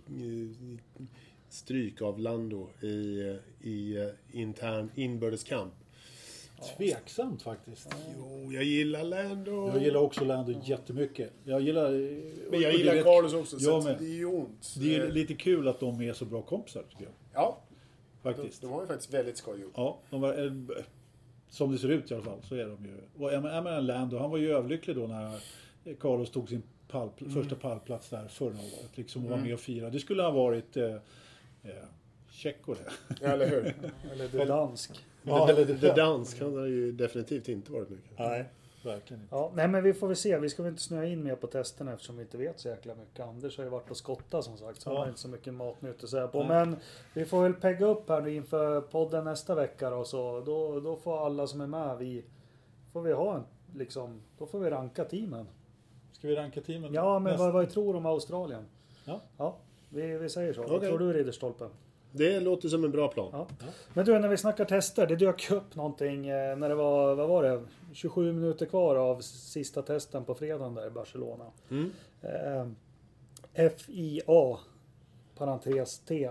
stryk av Lando i, i intern inbördeskamp. Tveksamt faktiskt. Jo, jag gillar Lando. Jag gillar också Lando jättemycket. Jag gillar... Men jag och gillar det vet- Carlos också, så Jag att med. det är ju ont. Det är lite kul att de är så bra kompisar, tycker jag. Ja, de, Faktiskt. de har ju faktiskt väldigt skoj ihop. Ja, de var, eh, som det ser ut i alla fall så är de ju. Och Emerald Lando, han var ju överlycklig då när Carlos tog sin pall, första pallplats där förra året. Liksom och var med och fira. Det skulle ha varit eh, eh, Checo det. Eller hur? Eller det dansk. Ja, det, eller det, det- det dansk, han har ju definitivt inte varit mycket. Nej, verkligen inte. Ja, nej men vi får väl se. Vi ska väl inte snöa in mer på testerna eftersom vi inte vet så jäkla mycket. Anders har ju varit och skottat som sagt. Så han Ja. har inte så mycket matnytt att säga på. Nej. Men vi får väl pegga upp här nu inför podden nästa vecka då. Så då, då får alla som är med, vi får vi ha en liksom, då får vi ranka teamen. Ska vi ranka teamen? Ja, men nästa? vad, vad tror du om Australien? Ja. Ja, vi, vi säger så. Vad Okej. tror du Ridderstolpen? Det låter som en bra plan. Ja. Men du, när vi snackar tester, det dök upp någonting eh, när det var, vad var det, tjugosju minuter kvar av sista testen på fredagen där i Barcelona. Mm. Eh, F I A, parentes T,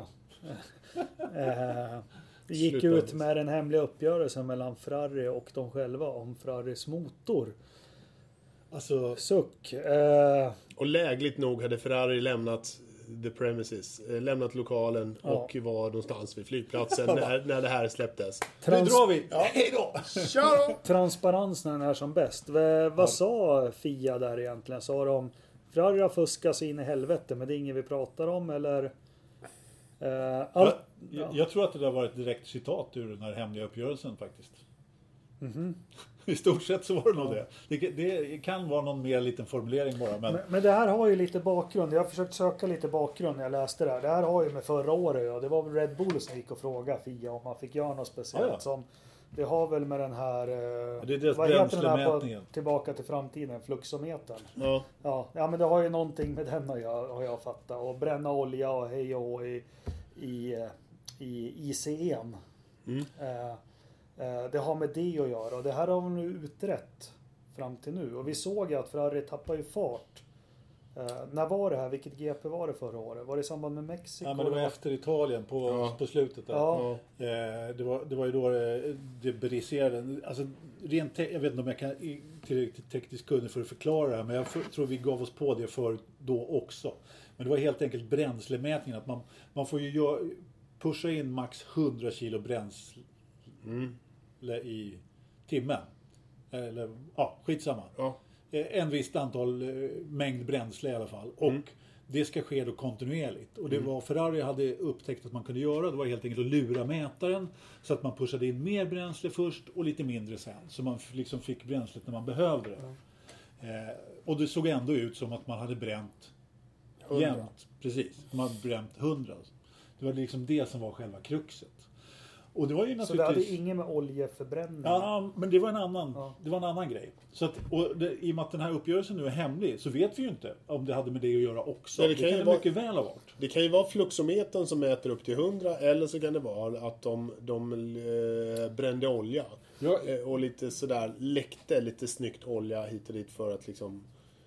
eh, gick Sluta. ut med den hemliga uppgörelsen mellan Ferrari och de själva om Ferraris motor. Alltså, Suck. Eh, Och lägligt nog hade Ferrari lämnat the premises, eh, lämnat lokalen Ja. och var någonstans vid flygplatsen när, när det här släpptes. nu trans- drar vi! Hej då! Kör då! transparens när den är som bäst. V- vad sa F I A där egentligen? Sa de Ferrari har fuskat sig in i helvete, men det är inget vi pratar om eller? Eh, all... Jag, jag, jag tror att det där var ett direkt citat ur den här hemliga uppgörelsen faktiskt. I stort sett så var det nog det. det. Det kan vara någon mer liten formulering bara. Men, Men, men det här har ju lite bakgrund. Jag har försökt söka lite bakgrund när jag läste det här. Det här har ju med förra året. Ja. Det var väl Red Bull som gick och frågade F I A om man fick göra något speciellt. Ja, ja. Som, det har väl med den här... Eh, det är deras vad heter den här på, bränslemätningen. tillbaka till framtiden? Fluxometern. Ja. Ja, ja, men det har ju någonting med den att göra, har jag fattat. Och bränna olja och hej och hå i, i, i I C En. Mm. Eh, eh, det har med det att göra och det här har vi nu utrett fram till nu. Och vi såg ju att Ferrari tappar ju fart. Eh, när var det här? Vilket G P var det förra året? Var det i samband med Mexiko? Ja, men det var efter Italien på, Ja. på slutet där. Ja. Eh, det, var, det var ju då det, det briserade. Alltså, rent te- jag vet inte om jag kan i- tillräckligt tekniskt kunnig för att förklara det här, men jag för, tror vi gav oss på det för då också. Men det var helt enkelt bränslemätningen. Att man, man får ju gör, pusha in max hundra kilo bränsle Mm. i timmen. Eller ja, skitsamma. Ja. En visst antal eh, mängd bränsle i alla fall. Och Mm. det ska ske då kontinuerligt. Och det var Ferrari hade upptäckt att man kunde göra. Det var helt enkelt att lura mätaren. Så att man pushade in mer bränsle först och lite mindre sen. Så man f- liksom fick bränslet när man behövde det. Eh, och det såg ändå ut som att man hade bränt Hundra. jämnt. Precis. Man hade bränt hundra. Det var liksom det som var själva kruxet. Och det var ju Så naturligtvis... det hade inget med oljeförbränning? Ja, men det var en annan, Ja. det var en annan grej. Så att, och det, i och med att den här uppgörelsen nu är hemlig så vet vi ju inte om det hade med det att göra också. Nej, det det kan, kan ju det vara- mycket väl ha varit. Det kan ju vara fluxometern som mäter upp till hundra eller så kan det vara att de, de eh, brände olja. Ja. Eh, och lite sådär läckte lite snyggt olja hit och dit för att liksom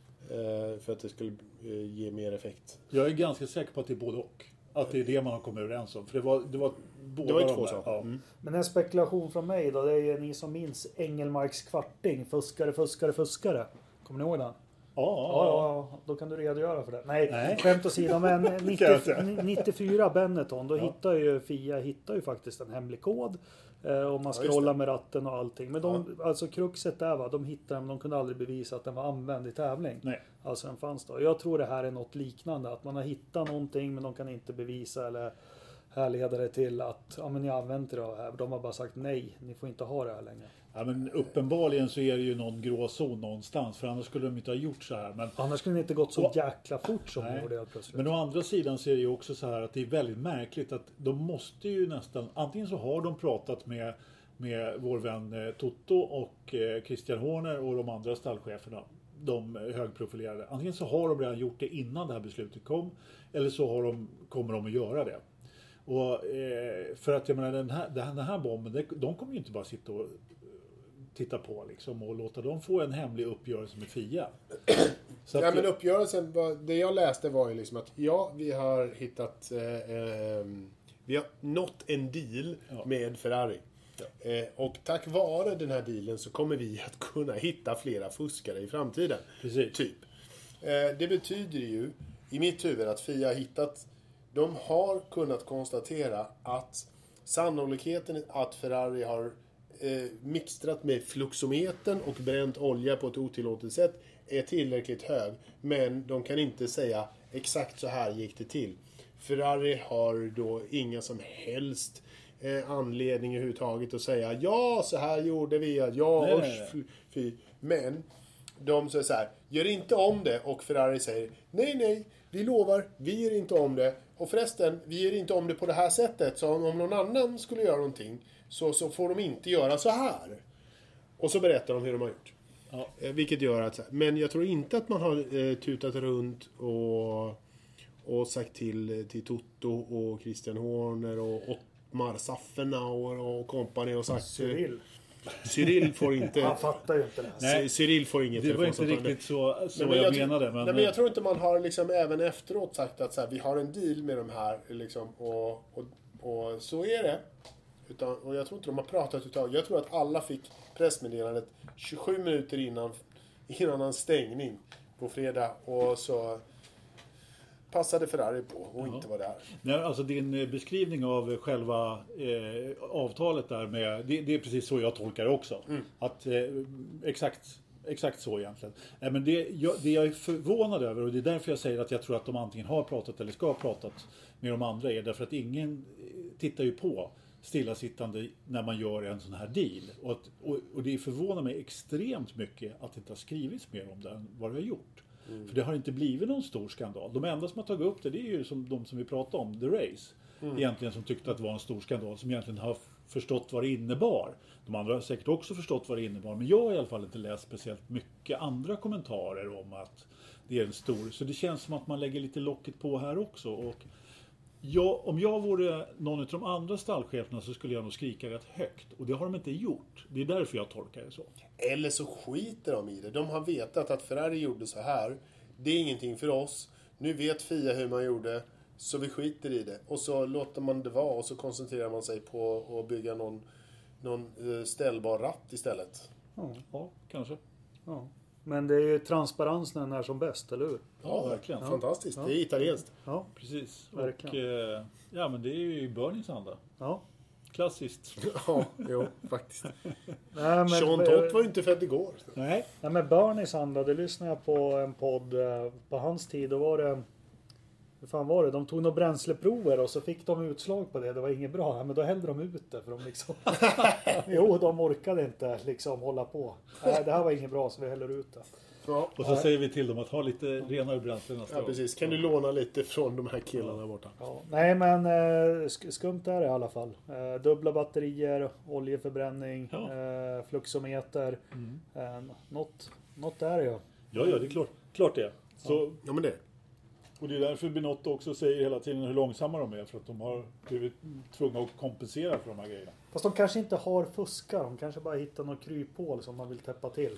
eh, för att det skulle eh, ge mer effekt. Jag är ganska säker på att det är både och. Att det är det man har kommit överens om. För det var, det var båda Det var ju de två där. saker. Ja. Mm. Men en spekulation från mig då, det är ju ni som minns Engelmarks kvarting. Fuskare, fuskare, fuskare. Kommer ni ihåg den? Ja, Ja, ja, ja, ja, då kan du redogöra för det. Nej, Nej. skämt åsido, men Kan jag nittio, säga. nittiofyra Benetton, då Ja. hittar ju Fia hittar ju faktiskt en hemlig kod. Eh, och man just scrollar det. med ratten och allting. Men de, alltså kruxet där va, de hittade den, men de kunde aldrig bevisa att den var använd i tävling. Nej. Alltså den fanns då. Jag tror det här är något liknande, att man har hittat någonting men de kan inte bevisa eller härleda det till att ja, men ni har använt det här. De har bara sagt nej, ni får inte ha det här längre. Ja, men uppenbarligen så är det ju någon gråzon någonstans. För annars skulle de inte ha gjort så här. Men, Annars skulle det inte gått så Och- jäkla fort som Nej. det gjorde helt plötsligt. men å andra sidan så är det ju också så här att det är väldigt märkligt att de måste ju nästan... Antingen så har de pratat med, med vår vän eh, Toto och eh, Christian Horner och de andra stallcheferna. De eh, högprofilerade. Antingen så har de redan gjort det innan det här beslutet kom. Eller så har de, kommer de att göra det. Och, eh, för att jag menar den här, den här, den här bomben, det, de kommer ju inte bara sitta och eh, titta på liksom, och låta dem få en hemlig uppgörelse med Fia. Så Ja att- men uppgörelsen, var, det jag läste var ju liksom att ja, vi har hittat, eh, eh, vi har nått en deal Ja. med Ferrari. Ja. Eh, och tack vare den här dealen så kommer vi att kunna hitta flera fuskare i framtiden. Precis. Typ. Eh, det betyder ju i mitt huvud att Fia har hittat, de har kunnat konstatera att sannolikheten att Ferrari har eh, mixtrat med fluxometern och bränt olja på ett otillåtet sätt är tillräckligt hög. Men de kan inte säga exakt så här gick det till. Ferrari har då inga som helst eh, anledning överhuvudtaget att säga ja, så här gjorde vi, ja, Nej, usch, nej, nej. fy, fy. Men de säger så här, gör inte om det, och Ferrari säger nej, nej, vi lovar, vi gör inte om det. Och förresten, vi gör inte om det på det här sättet, så om någon annan skulle göra någonting så, så får de inte göra så här. Och så berättar de hur de har gjort. Ja. Eh, Vilket gör att, men jag tror inte att man har eh, tutat runt och, och sagt till, till Toto och Christian Horner och Ottmar Saffenauer och kompani och sagt Cyril. Cyril får inte... Han fattar ju inte det. Nej. Cyril får inget Det var inte telefonsamtal. riktigt så, så Nej, men jag, tr- menade. Men, nej, men jag tror inte man har liksom även efteråt sagt att så här, vi har en deal med de här liksom, och, och, och så är det. Utan, och jag tror inte de har pratat utav. Jag tror att alla fick pressmeddelandet tjugosju minuter innan, innan en stängning på fredag. Och så passade Ferrari på och Ja. inte var där. nej, alltså din eh, beskrivning av själva eh, avtalet där med, det, det är precis så jag tolkar det också. Mm. Att, eh, exakt, exakt så egentligen. Nej, men det, jag, det jag är förvånad över, och det är därför jag säger att jag tror att de antingen har pratat eller ska ha pratat med de andra, är därför att ingen eh, tittar ju på stillasittande när man gör en sån här deal. Och, att, och, och det förvånar mig extremt mycket att det inte har skrivits mer om det än vad det har gjort. För det har inte blivit någon stor skandal. De enda som har tagit upp det, det är ju som de som vi pratade om, The Race. Egentligen som tyckte att det var en stor skandal, som egentligen har förstått vad det innebar. De andra har säkert också förstått vad det innebar, men jag har i alla fall inte läst speciellt mycket andra kommentarer om att det är en stor. Så det känns som att man lägger lite locket på här också. Och Ja, om jag vore någon av de andra stallcheferna så skulle jag nog skrika rätt högt. Och det har de inte gjort. Det är därför jag tolkar det så. Eller så skiter de i det. De har vetat att Ferrari gjorde så här. Det är ingenting för oss. Nu vet F I A hur man gjorde. Så vi skiter i det. Och så låter man det vara. Och så koncentrerar man sig på att bygga någon, någon ställbar ratt istället. Ja. Ja, kanske. Ja. Men det är ju transparens när den är som bäst, eller hur? Ja, verkligen. Fantastiskt. Ja. Det är italienskt. Ja. Precis. Verkligen. Och eh, ja, men det är ju i Burnings anda. Ja. Klassiskt. Ja, jo, faktiskt. Nej, men, Sean Todt var ju inte född igår. Nej. Nej, men Bernies anda, det lyssnade jag på en podd eh, på hans tid. Då var det... Hur fan var det? De tog några bränsleprover och så fick de utslag på det. Det var inget bra. Ja, men då hällde de ut det. För de liksom... jo, de orkade inte liksom hålla på. Nej, det här var inget bra så vi häller ut det. Ja, Och så säger vi till dem att ha lite renare bränsle nästa ja gång. precis. Kan du låna lite från de här killarna borta? Ja, nej men eh, sk- skumt är det i alla fall. Eh, dubbla batterier, oljeförbränning, Ja. eh, fluxometer. Mm. Eh, något, något är det ju. Ja, ja, det är klart, klart det. Så, Ja, men det. och det är därför Binotto också säger hela tiden hur långsamma de är. För att de har blivit tvungna att kompensera för de här grejerna. Fast de kanske inte har fuskar. De kanske bara hittar något kryphål som man vill täppa till.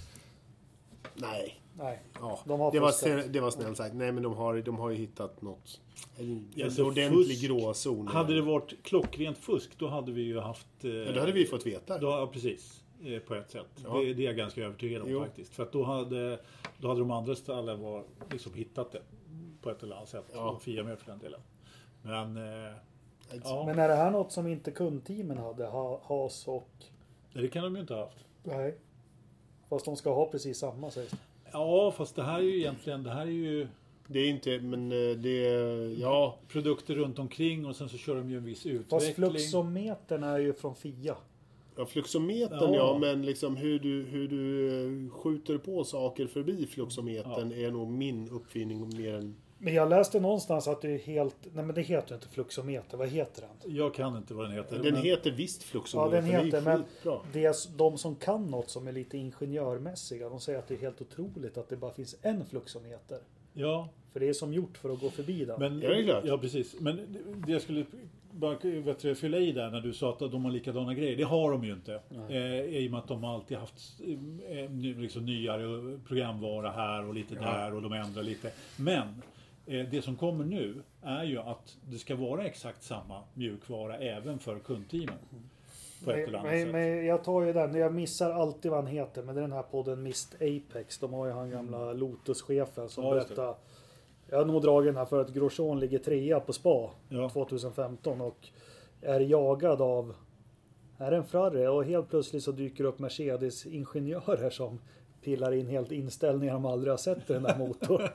Nej. Nej, Ja, de har det, var, fuskat. snäll- det var snällt sagt. Nej, men de har, de har ju hittat något. En, Ja, en så ordentlig fusk- gråzon. Hade det varit klockrent fusk, då hade vi ju haft... Eh, Ja, då hade vi fått veta. Då, ja, precis. Eh, på ett sätt. Ja. Det, det är jag ganska övertygad om Jo. faktiskt. För att då hade, då hade de andra stallen var, liksom hittat det på ett eller annat sätt. Ja. Och F I A med för den delen. Men... Eh, ja, Men är det här något som inte kundteamen hade? Ha, Haas och... det kan de ju inte ha haft. Nej. Fast de ska ha precis samma sägs det. Ja, fast det här är ju egentligen... Det här är ju Det är inte, men eh, det är, ja. produkter runt omkring och sen så kör de ju en viss utveckling. Fast fluxometern är ju från F I A. Ja, fluxometern Ja. ja, men liksom hur du, hur du eh, skjuter på saker förbi fluxometern är nog min uppfinning mer än... Men jag läste någonstans att det är helt... Nej men det heter ju inte fluxometer. Vad heter den? Jag kan inte vad den heter. Den men- heter visst Ja fluxometer. den heter det är men skitbra. det är de som kan något som är lite ingenjörmässiga. De säger att det är helt otroligt att det bara finns en fluxometer. Ja, För det är som gjort för att gå förbi den. men... Ja, det är klart. Ja, precis. Men det jag skulle bara vet du, fylla i där när du sa att de har likadana grejer. Det har de ju inte. Eh, I och med att de har alltid haft eh, ny- liksom nyare programvara här och lite där och de ändrar lite. Men eh, det som kommer nu är ju att det ska vara exakt samma mjukvara även för kundteamen. På ett eller men, annat men, sätt. men jag tar ju den. Jag missar alltid vad han heter. Men det är den här podden Mist Apex. De har ju han gamla Lotus-chefen som Ja, just det. berättar. Jag har nog dragit den här för att Grosjean ligger trea på Spa Ja. tjugohundrafemton och är jagad av är det en Ferrari och helt plötsligt så dyker upp Mercedes-ingenjörer som pillar in helt inställningar de aldrig har sett i den där motorn.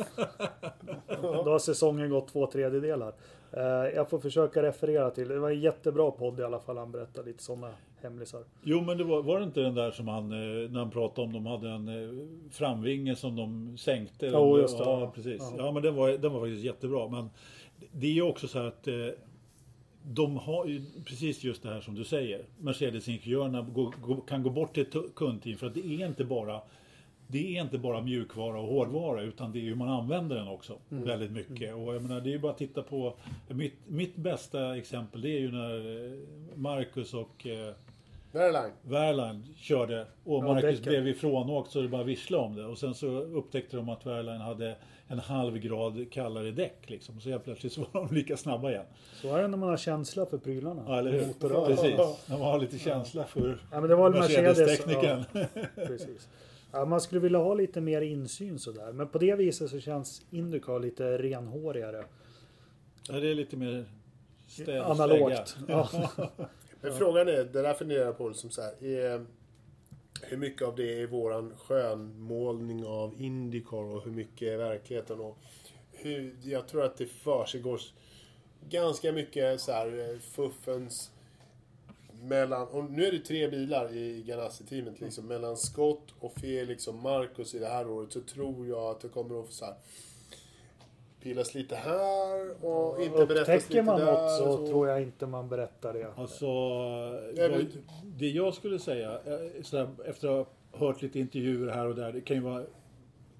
Då har säsongen gått två tredjedelar. Eh, Jag får försöka referera till. Det var en jättebra podd i alla fall. Han berättade lite sådana hemlisar. Jo, men det var, var det inte den där som han, eh, när han pratade om, de hade en eh, framvinge som de sänkte? Jo, just det. Ja, precis. Ja. Ja, men den var, den var faktiskt jättebra. Men det är ju också så här att eh, de har ju precis just det här som du säger. Mercedes-ingenjörerna gå, gå, kan gå bort till ett kundteam för att det är inte bara det är inte bara mjukvara och hårdvara utan det är hur man använder den också väldigt mycket. Och jag menar, det är ju bara att titta på mitt, mitt bästa exempel, det är ju när eh, Marcus och eh, Verline. Verline körde och Ja, Marcus däcken. blev ifrånåkt så det bara visslade om det. Och sen så upptäckte de att Verline hade en halv grad kallare däck liksom. Så helt plötsligt så var de lika snabba igen. Så är det när man har känsla för prylarna. Ja, eller hur? Motorrör. Precis. När man har lite känsla för Ja, men det var väl Mercedes. Mercedes-teknikern. Ja, precis. Ja, man skulle vilja ha lite mer insyn sådär. Men på det viset så känns Indycar lite renhårigare. Ja, det är lite mer städ, Analogt. Ja. Men frågan är, det där funderar jag på liksom så här, är, hur mycket av det är våran skönmålning av Indycar och hur mycket är verkligheten och hur, jag tror att det försiggår ganska mycket så här eh, fuffens mellan, och nu är det tre bilar i Ganassi-teamet liksom, mellan Scott och Felix och Marcus i det här året så tror jag att det kommer att så här pilas lite här och inte berättas lite Upptäcker man där. något så, och så. tror jag inte man berättar det. Alltså, Jag vad- vet. det jag skulle säga, eh, sådär, efter att ha hört lite intervjuer här och där, det kan ju vara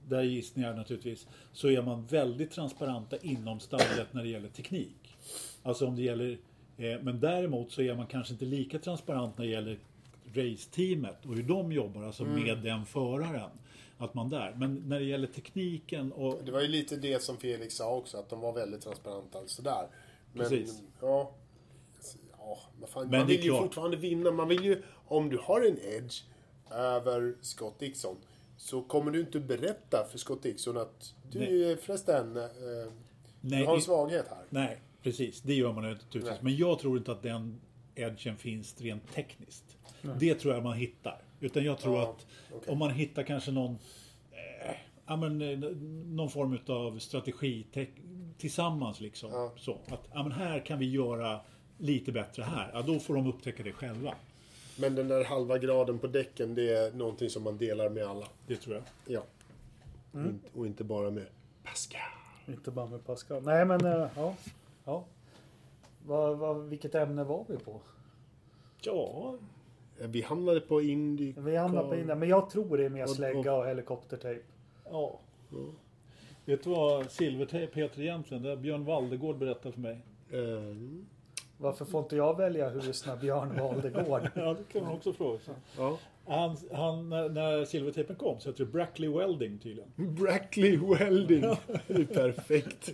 där gissningar naturligtvis, så är man väldigt transparenta inom stallet när det gäller teknik. Alltså om det gäller, eh, men däremot så är man kanske inte lika transparent när det gäller race-teamet och hur de jobbar, alltså mm. med den föraren. Att man där. Men när det gäller tekniken och... Det var ju lite det som Felix sa också, att de var väldigt transparenta och sådär. Men, Precis. Ja, ja men fan, men man vill ju klart. fortfarande vinna. Man vill ju, om du har en edge över Scott Dixon, så kommer du inte berätta för Scott Dixon att du är förresten, eh, nej, du har en svaghet här. Nej, precis. Det gör man ju naturligtvis. Men jag tror inte att den edgen finns rent tekniskt. Nej. Det tror jag man hittar. Utan jag tror ja, att okay. om man hittar kanske någon eh, ja, men, någon form av strategi te- tillsammans liksom. Ja. Så att ja, men här kan vi göra lite bättre här. Ja, då får de upptäcka det själva. Men den där halva graden på däcken, det är någonting som man delar med alla. Det tror jag. Ja. Mm. Och inte bara med Pascal. Inte bara med Pascal. Nej men äh, ja. ja. Vad, vad, vilket ämne var vi på? Ja... Vi hamnade på Indy. Vi hamnade på Indy, men jag tror det är mer slägga och, och helikoptertejp. Ja. Mm. Vet du vad silvertejp heter egentligen? Det har Björn Waldegård berättat för mig. Mm. Varför får inte jag välja hus när Björn Waldegård? Ja, det kan man också fråga sig. Ja. Han, han, när silvertejpen kom så heter det Brackley Welding tydligen. Brackley Welding. Det är perfekt.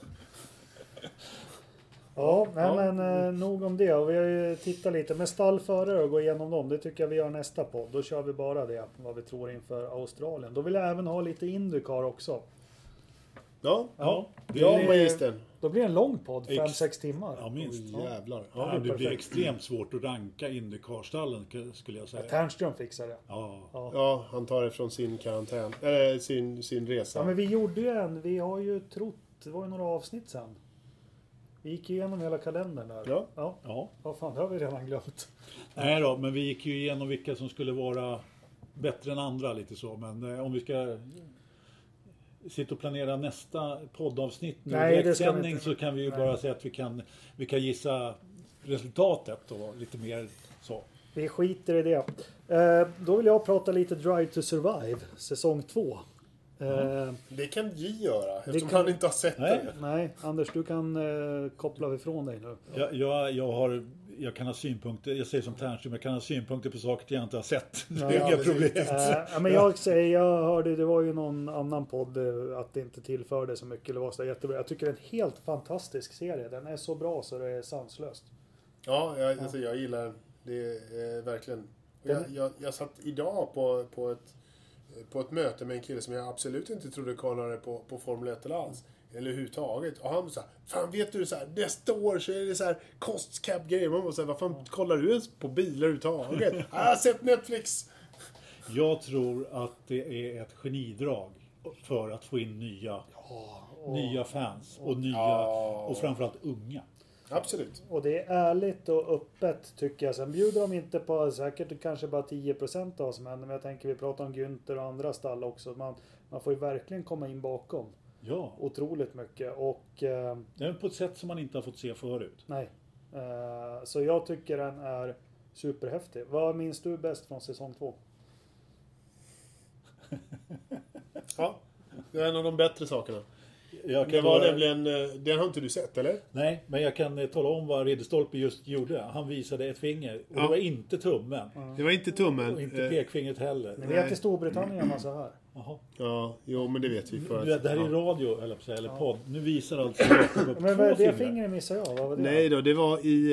Ja, nej, ja, men eh, nog om det. Och vi har ju tittat lite med stallförare och gå igenom dem. Det tycker jag vi gör nästa podd. Då kör vi bara det, vad vi tror inför Australien. Då vill jag även ha lite Indycar också. Ja, ja. Det ja blir, då blir det en lång podd, fem sex timmar. Ja, minst. Oh, jävlar. Ja, ja, det, det blir extremt svårt att ranka Indycar-stallen, skulle jag säga. Ja, Ternström fixar det. Ja. Ja. ja, han tar det från sin karantän. Eller sin, sin resa. Ja, men vi gjorde ju en. Vi har ju trott, det var ju några avsnitt sen. Vi gick igenom hela kalendern där. Ja. Ja. Ja. Vad fan, det har vi redan glömt. Nej då, men vi gick ju igenom vilka som skulle vara bättre än andra lite så. Men eh, om vi ska sitta och planera nästa poddavsnitt nu Nej, direktsändning så kan vi ju Nej. bara säga att vi kan, vi kan gissa resultatet och lite mer så. Vi skiter i det. Eh, då vill jag prata lite Drive to Survive, säsong två. Mm. Det kan vi göra, eftersom kan... han inte har sett Nej. det. Nej, Anders, du kan uh, koppla ifrån dig nu. Jag, jag, jag, har, jag kan ha synpunkter, jag säger som Ternström, jag kan ha synpunkter på saker jag inte har sett. Ja, det är inga problem. Uh, men jag säger, jag hörde, det var ju någon annan podd att det inte tillförde så mycket. Eller var så jättebra. Jag tycker det är en helt fantastisk serie. Den är så bra så det är sanslöst. Ja, jag, alltså, jag gillar den. Det är verkligen... Jag, jag, jag satt idag på, på ett på ett möte med en kille som jag absolut inte trodde kollade på, på Formel ett eller alls. Eller överhuvudtaget. Och han sa, fan vet du så här, nästa år så är det så här kostcap-grejer. Man måste säga, vad fan kollar du ens på bilar överhuvudtaget? Jag har sett Netflix. Jag tror att det är ett genidrag för att få in nya, ja, och, nya fans och nya ja. och framförallt unga. Absolut. Och det är ärligt och öppet tycker jag. Sen bjuder de inte på säkert kanske bara tio procent av oss. Men jag tänker vi pratar om Günther och andra stall också. Man, man får ju verkligen komma in bakom. Ja. Otroligt mycket. Och, eh, det är på ett sätt som man inte har fått se förut. Nej. Eh, så jag tycker den är superhäftig. Vad minns du bäst från säsong två? Ja, det är en av de bättre sakerna. Jag det var nämligen, den har inte du sett, eller? Nej, men jag kan tala om vad Ridderstolpe just gjorde. Han visade ett finger och ja. det var inte tummen. Ja. Det var inte tummen. Och inte pekfingret heller. Ni vet i Storbritannien man så här. Jaha. Ja, jo men det vet vi för. Det här är radio eller, så, eller ja. podd. Nu visar alltså upp men vad det fingret missade jag. Vad var det? Nej då, det var i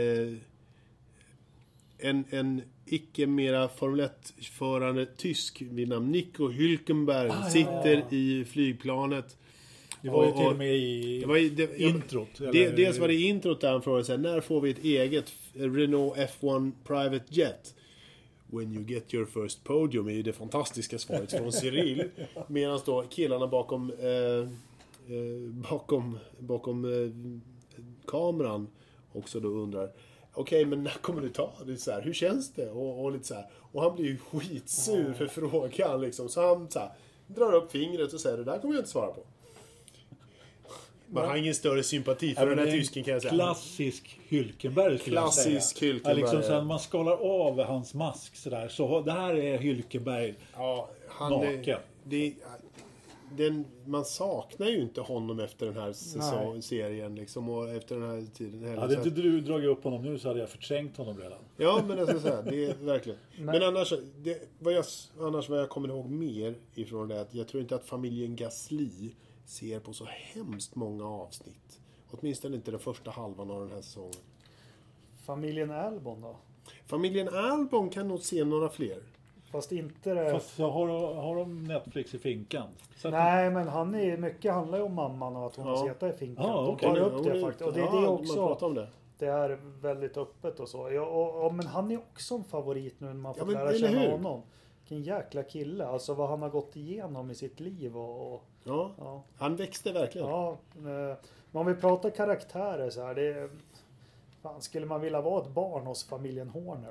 eh, en, en icke mera Formel ett-förande tysk vid namn Nico Hülkenberg ah, sitter ja. i flygplanet. Det var ju till och med i, det var i det, introt. Det, eller? Dels var det i introt där han frågade sig, när får vi ett eget Renault F ett Private Jet? When you get your first podium är ju det fantastiska svaret från Cyril. Medan då killarna bakom eh, eh, bakom, bakom eh, kameran också då undrar, okej okay, men när kommer du ta det så här, hur känns det? Och, och lite så här. Och han blir ju skitsur för frågan liksom. Så han så här, drar upp fingret och säger, det där kommer jag inte svara på. Man har ingen större sympati för ja, den här tysken kan jag säga. Klassisk Hülkenberg skulle Klassisk jag säga. Hülkenberg. Ja, liksom sen man skalar av hans mask sådär. Så det här är Hülkenberg ja, han naken. det, den, man saknar ju inte honom efter den här säsong, serien liksom, och efter den här tiden heller. Hade inte du dragit upp honom nu så hade jag förträngt honom redan. Ja, men jag ska säga, det är verkligen. Men, men annars, det, vad jag, annars vad jag kommer ihåg mer ifrån det, att jag tror inte att familjen Gasly ser på så hemskt många avsnitt. Åtminstone inte den första halvan av den här säsongen. familjen Albon då? Familjen Albon kan nog se några fler. Fast inte det... Fast har, har de Netflix i finkan? Så att Nej, men han är, mycket handlar ju om mamman och att hon Ja. har suttit i finkan. Ja, De okej. tar upp det faktiskt. Och det är ja, det Man också. pratar om det. Det är väldigt öppet och så. Ja, och, och, men han är också en favorit nu när man får Ja, men lära eller känna hur? honom. Vilken jäkla kille. Alltså vad han har gått igenom i sitt liv. Och, och, Ja, ja. han växte verkligen. Ja, eh, men om vi pratar karaktärer så här. Det är, fan, skulle man vilja vara ett barn hos familjen Horner?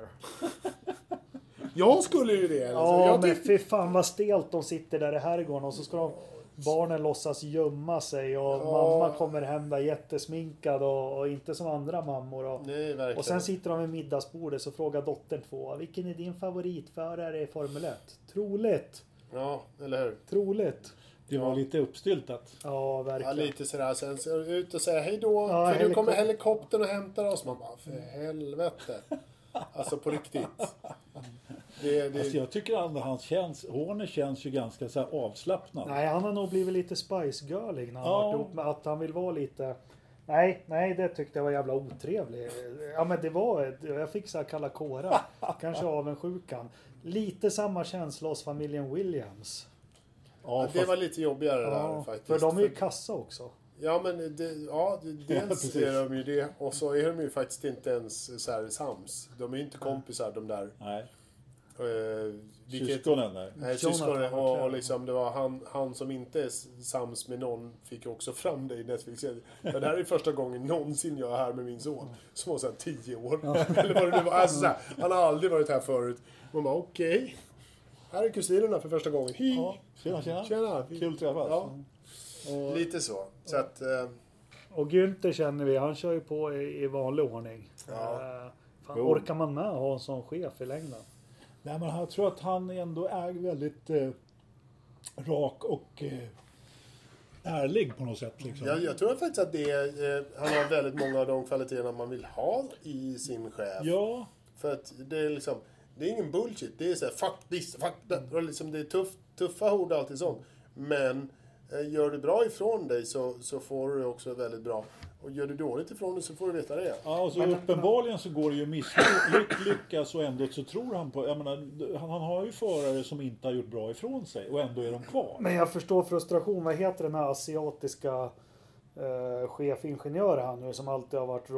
Jag skulle ju det. Alltså. Ja, jag men tyckte- fy fan vad stelt de sitter där i herrgården och så ska de barnen låtsas gömma sig och Ja. mamma kommer hem där jättesminkad och, och inte som andra mammor. Och, Nej, verkligen. och sen sitter de vid middagsbordet så frågar dottern två. Vilken är din favoritförare i Formel ett? Troligt. Ja, eller hur? Troligt. det var Ja. lite uppstyltat. Ja, Ja, verkligen. lite sådär. Sen så ut och säga hej då. Ja, för nu kommer helikop- helikoptern och hämtar oss. Man bara, för helvete. Alltså på riktigt. Det, det, Alltså jag tycker att han känns, Horner känns ju ganska så här avslappnad. Nej, han har nog blivit lite Spice Girling när han Ja. varit ihop med att han vill vara lite... Nej, nej, det tyckte jag var jävla otrevligt. Ja, men det var... Jag fick så här kalla kårar. Kanske avundsjukan. Lite samma känsla hos familjen Williams. Ja, ja, det fast, var lite jobbigare där Ja, faktiskt. för de är ju kassa också. Ja, men det, ja, det, dels precis. är de ju det. Och så är de ju faktiskt inte ens så här sams. De är ju inte kompisar, de där. nej, Uh, syskonen där. Nej, Jonathan syskonen. Och, verkligen. och liksom det var han, han som inte är sams med någon fick ju också fram det i Netflix. Men det här är första gången någonsin jag är här med min son. Som var såhär tio år. Eller vad det nu var. Alltså, så här, han har aldrig varit här förut. Man bara okej. Okay. Här är kusinerna för första gången. Hi. Ja, tjena, tjena. Tjena. Kul att träffas. Ja, Och, lite så. Så att, eh, och Günther känner vi, han kör ju på i, i vanlig ordning. Ja. Eh, fan, Jo. orkar man med att ha en sån chef i längden? Nej, men jag tror att han ändå är väldigt eh, rak och eh, ärlig på något sätt. Liksom. jag, jag tror faktiskt att det är, eh, han har väldigt många av de kvaliteterna man vill ha i sin chef. Ja, För att det är liksom, det är ingen bullshit. Det är såhär, fuck this, fuck that. Och liksom, det är tuff, tuffa ord och alltid sånt. Men eh, gör du bra ifrån dig så, så får du också väldigt bra. Och gör du dåligt ifrån dig så får du veta det. ja och så Men- uppenbarligen så går det ju misslyckas och ändå så tror han på, jag menar, han, han har ju förare som inte har gjort bra ifrån sig och ändå är de kvar. Men jag förstår frustration. Vad heter den här asiatiska eh, chefingenjör han nu som alltid har varit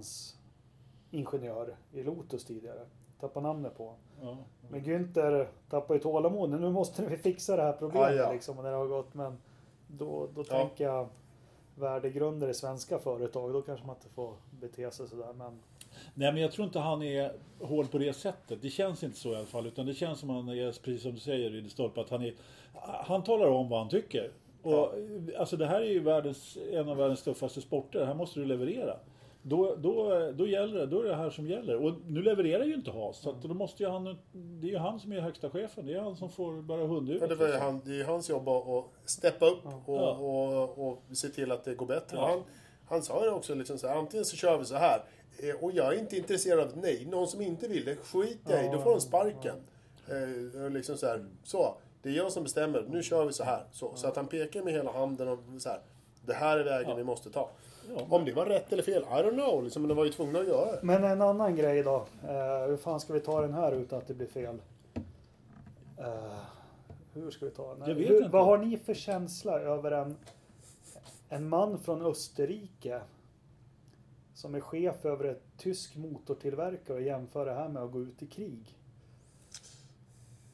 romansingenjör i Lotus tidigare? Tappar namnet på. Ja. Men Günther tappar ju tålamodet. Nu måste vi fixa det här problemet Ja, ja. liksom. Och när det har gått. Men då, då Ja. tänker jag värdegrunder i svenska företag. Då kanske man inte får bete sig sådär. Men Nej, men jag tror inte han är hård på det sättet. Det känns inte så i alla fall. Utan det känns som han är, precis som du säger i Stolpe, att han är, han talar om vad han tycker. Och Ja. alltså det här är ju världens, en av världens tuffaste sporter. Här måste du leverera. Då, då, då gäller det, då är det här som gäller. Och nu levererar ju inte Haas. Så att då måste ju han, det är ju han som är högsta chefen. Det är han som får bära hundhuvudet. Men det, var ju han, det är ju hans jobb att att steppa upp och, Ja. och, och se till att det går bättre. Ja. Och Han, han sa ju också liksom så här, antingen så kör vi så här. eh, Och jag är inte intresserad av ett nej. Någon som inte vill det, skit jag i. Då får de sparken. Eh, och liksom så här, så. Det är jag som bestämmer. Nu kör vi så här. Så, så att han pekar med hela handen och så här. Det här är vägen Ja. vi måste ta. Ja. Om det var rätt eller fel, I don't know. Liksom, men de var ju tvungna att göra det. Men en annan grej då. Eh, hur fan ska vi ta den här utan att det blir fel? Eh, hur ska vi ta den? Jag vet hur, inte. Vad har ni för känsla över en, en man från Österrike som är chef över ett tysk motortillverkare och jämför det här med att gå ut i krig?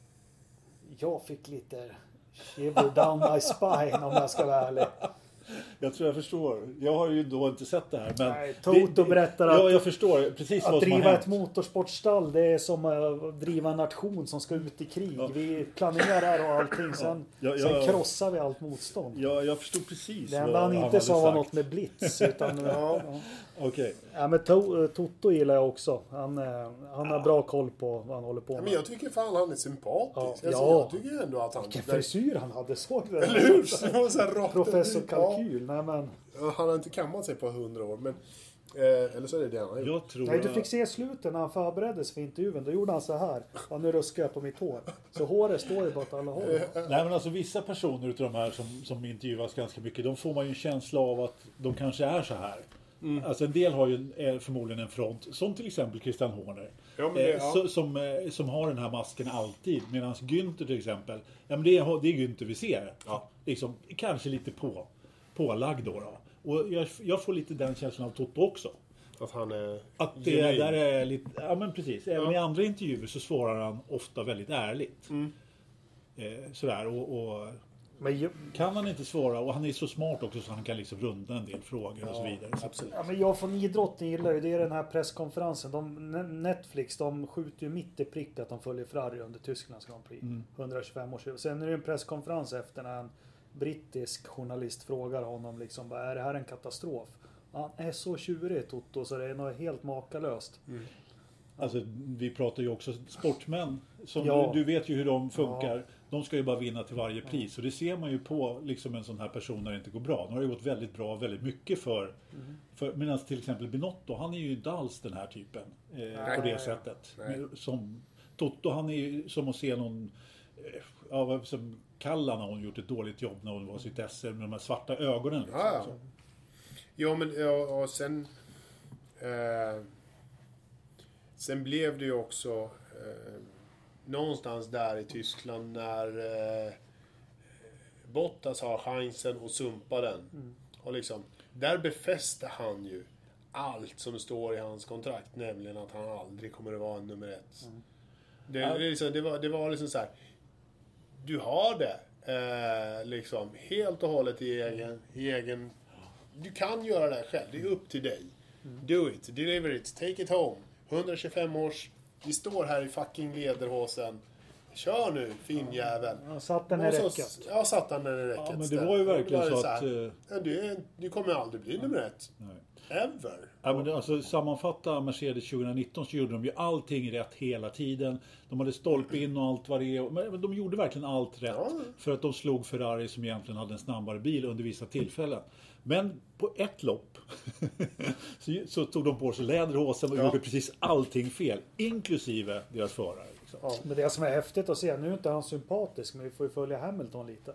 Jag fick lite shiver down my spine om jag ska vara ärlig. Jag tror jag förstår. Jag har ju då inte sett det här. Men Nej, Toto det, berättar ja, att, jag förstår precis att vad som har driva hänt. ett motorsportstall, det är som att driva en nation som ska ut i krig. Ja. Vi planerar och allting, sen, Ja, ja, sen ja. krossar vi allt motstånd. Ja, jag förstår precis Det vad enda han inte hade sa var sagt. något med blitz. Utan, ja. Ja. Okej. Ja, men to, Toto gillar jag också. Han, eh, han har bra koll på vad han håller på Ja, med. men jag tycker fan han är sympatisk. Ja. Alltså, Ja. Jag tycker ändå att han... Vilken frisyr han hade, såg du? Eller hur? Det var så här rakt- Professor Kalkyl. Nej, men, Ja, han har inte kammat sig på hundra år, men... Eh, eller så är det det han har gjort. Jag tror nej, du att- fick se slutet när han förbereddes för intervjun. Då gjorde han så här. Ja, nu ruskar jag på mitt hår. Så håret står ju bara åt alla håll. Nej, men alltså vissa personer utav de här som, som intervjuas ganska mycket, de får man ju en känsla av att de kanske är så här. Mm. Alltså en del har ju är förmodligen en front, som till exempel Christian Horner. Ja, men det- eh, ja. så, som, eh, som har den här masken alltid. Medan Günther till exempel, ja men det är, det är Günther vi ser. Ja. Liksom, kanske lite på, pålagd då. då. Och jag, jag får lite den känslan av Toto också. Att han är... Att det genuin. där är lite, ja men precis. Även Ja. i andra intervjuer så svarar han ofta väldigt ärligt. Mm. Eh, sådär och, och Men, ju- kan han inte svara, och han är så smart också så han kan liksom runda en del frågor och så vidare. Så, Absolut. ja, men jag från idrotten gillar ju det är den här presskonferensen. De, Ne- Netflix, de skjuter ju mitt i prick att de följer Ferrari under Tysklands Grand Prix. Mm. hundratjugofem år sedan. Sen är det en presskonferens efter när en brittisk journalist frågar honom liksom, är det här en katastrof? Han är så tjurig Toto så det är något helt makalöst. alltså, vi pratar ju också sportmän. Som Ja. du, du vet ju hur de funkar. De ska ju bara vinna till varje pris. Och det ser man ju på liksom en sån här person när det inte går bra. Nu har det gått väldigt bra, väldigt mycket för. Mm. för medan till exempel Binotto, han är ju inte alls den här typen. Eh, Nej. på det sättet. Nej. Men Som Toto, han är ju som att se någon... eh, Ja, vad- som Kalla när hon gjort ett dåligt jobb när hon var sitt S M med de här svarta ögonen. Liksom. Ja, ja. Så. Ja, men ja, och sen... Eh, sen blev det ju också eh, någonstans där i Tyskland när eh, Bottas har chansen och sumpar den. Mm. Och liksom, där befäste han ju allt som står i hans kontrakt, nämligen att han aldrig kommer att vara en nummer ett. Mm. Det, det, är liksom, det, var, det var liksom så här. Du har det eh, liksom helt och hållet i egen, i egen... Du kan göra det här själv. Det är upp till dig. Do it. Deliver it. Take it home. hundratjugofem års... Vi står här i fucking lederhosen. Kör nu, finjävel. Jag satt den i Och så- räcket. Ja, satt den i räcket. Ja, men det ställ. var ju Och då verkligen var det så att... här, eh, ja, du, är, du kommer aldrig bli nummer ett. nej. Ever. Ja, men det, alltså, sammanfatta Mercedes tjugonitton så gjorde de ju allting rätt hela tiden. De hade stolpe in och allt vad det är. Men de gjorde verkligen allt rätt. Ja. För att de slog Ferrari som egentligen hade en snabbare bil under vissa tillfällen. Men på ett lopp så, så tog de på sig läderhosen och Ja. gjorde precis allting fel. Inklusive deras förare. Liksom. Ja, men det som är häftigt att se, nu är inte han sympatisk, men vi får ju följa Hamilton lite.